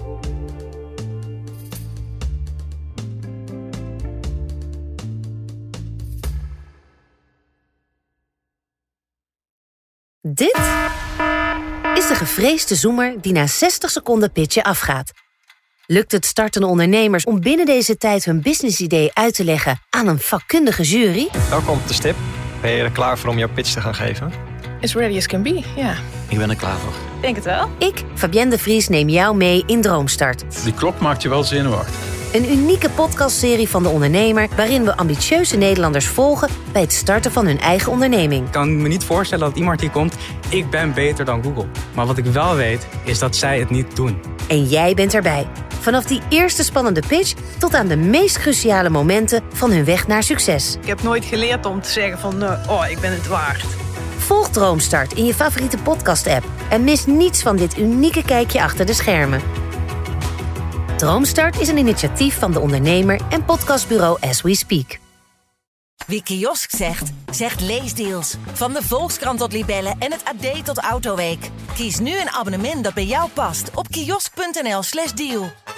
Dit is de gevreesde zoemer die na 60 seconden pitchen afgaat. Lukt het startende ondernemers om binnen deze tijd hun businessidee uit te leggen aan een vakkundige jury? Welkom op de stip. Ben je er klaar voor om jouw pitch te gaan geven? As ready as can be, ja. Ik ben er klaar voor. Denk het wel. Ik, Fabienne de Vries, neem jou mee in Droomstart. Die klok maakt je wel zenuwachtig. Een unieke podcastserie van De Ondernemer waarin we ambitieuze Nederlanders volgen bij het starten van hun eigen onderneming. Ik kan me niet voorstellen dat iemand hier komt, ik ben beter dan Google. Maar wat ik wel weet, is dat zij het niet doen. En jij bent erbij. Vanaf die eerste spannende pitch tot aan de meest cruciale momenten van hun weg naar succes. Ik heb nooit geleerd om te zeggen van, ik ben het waard. Volg Droomstart in je favoriete podcast-app en mis niets van dit unieke kijkje achter de schermen. Droomstart is een initiatief van De Ondernemer en podcastbureau As We Speak. Wie kiosk zegt, zegt leesdeals. Van de Volkskrant tot Libellen en het AD tot Autoweek. Kies nu een abonnement dat bij jou past op kiosk.nl/deal.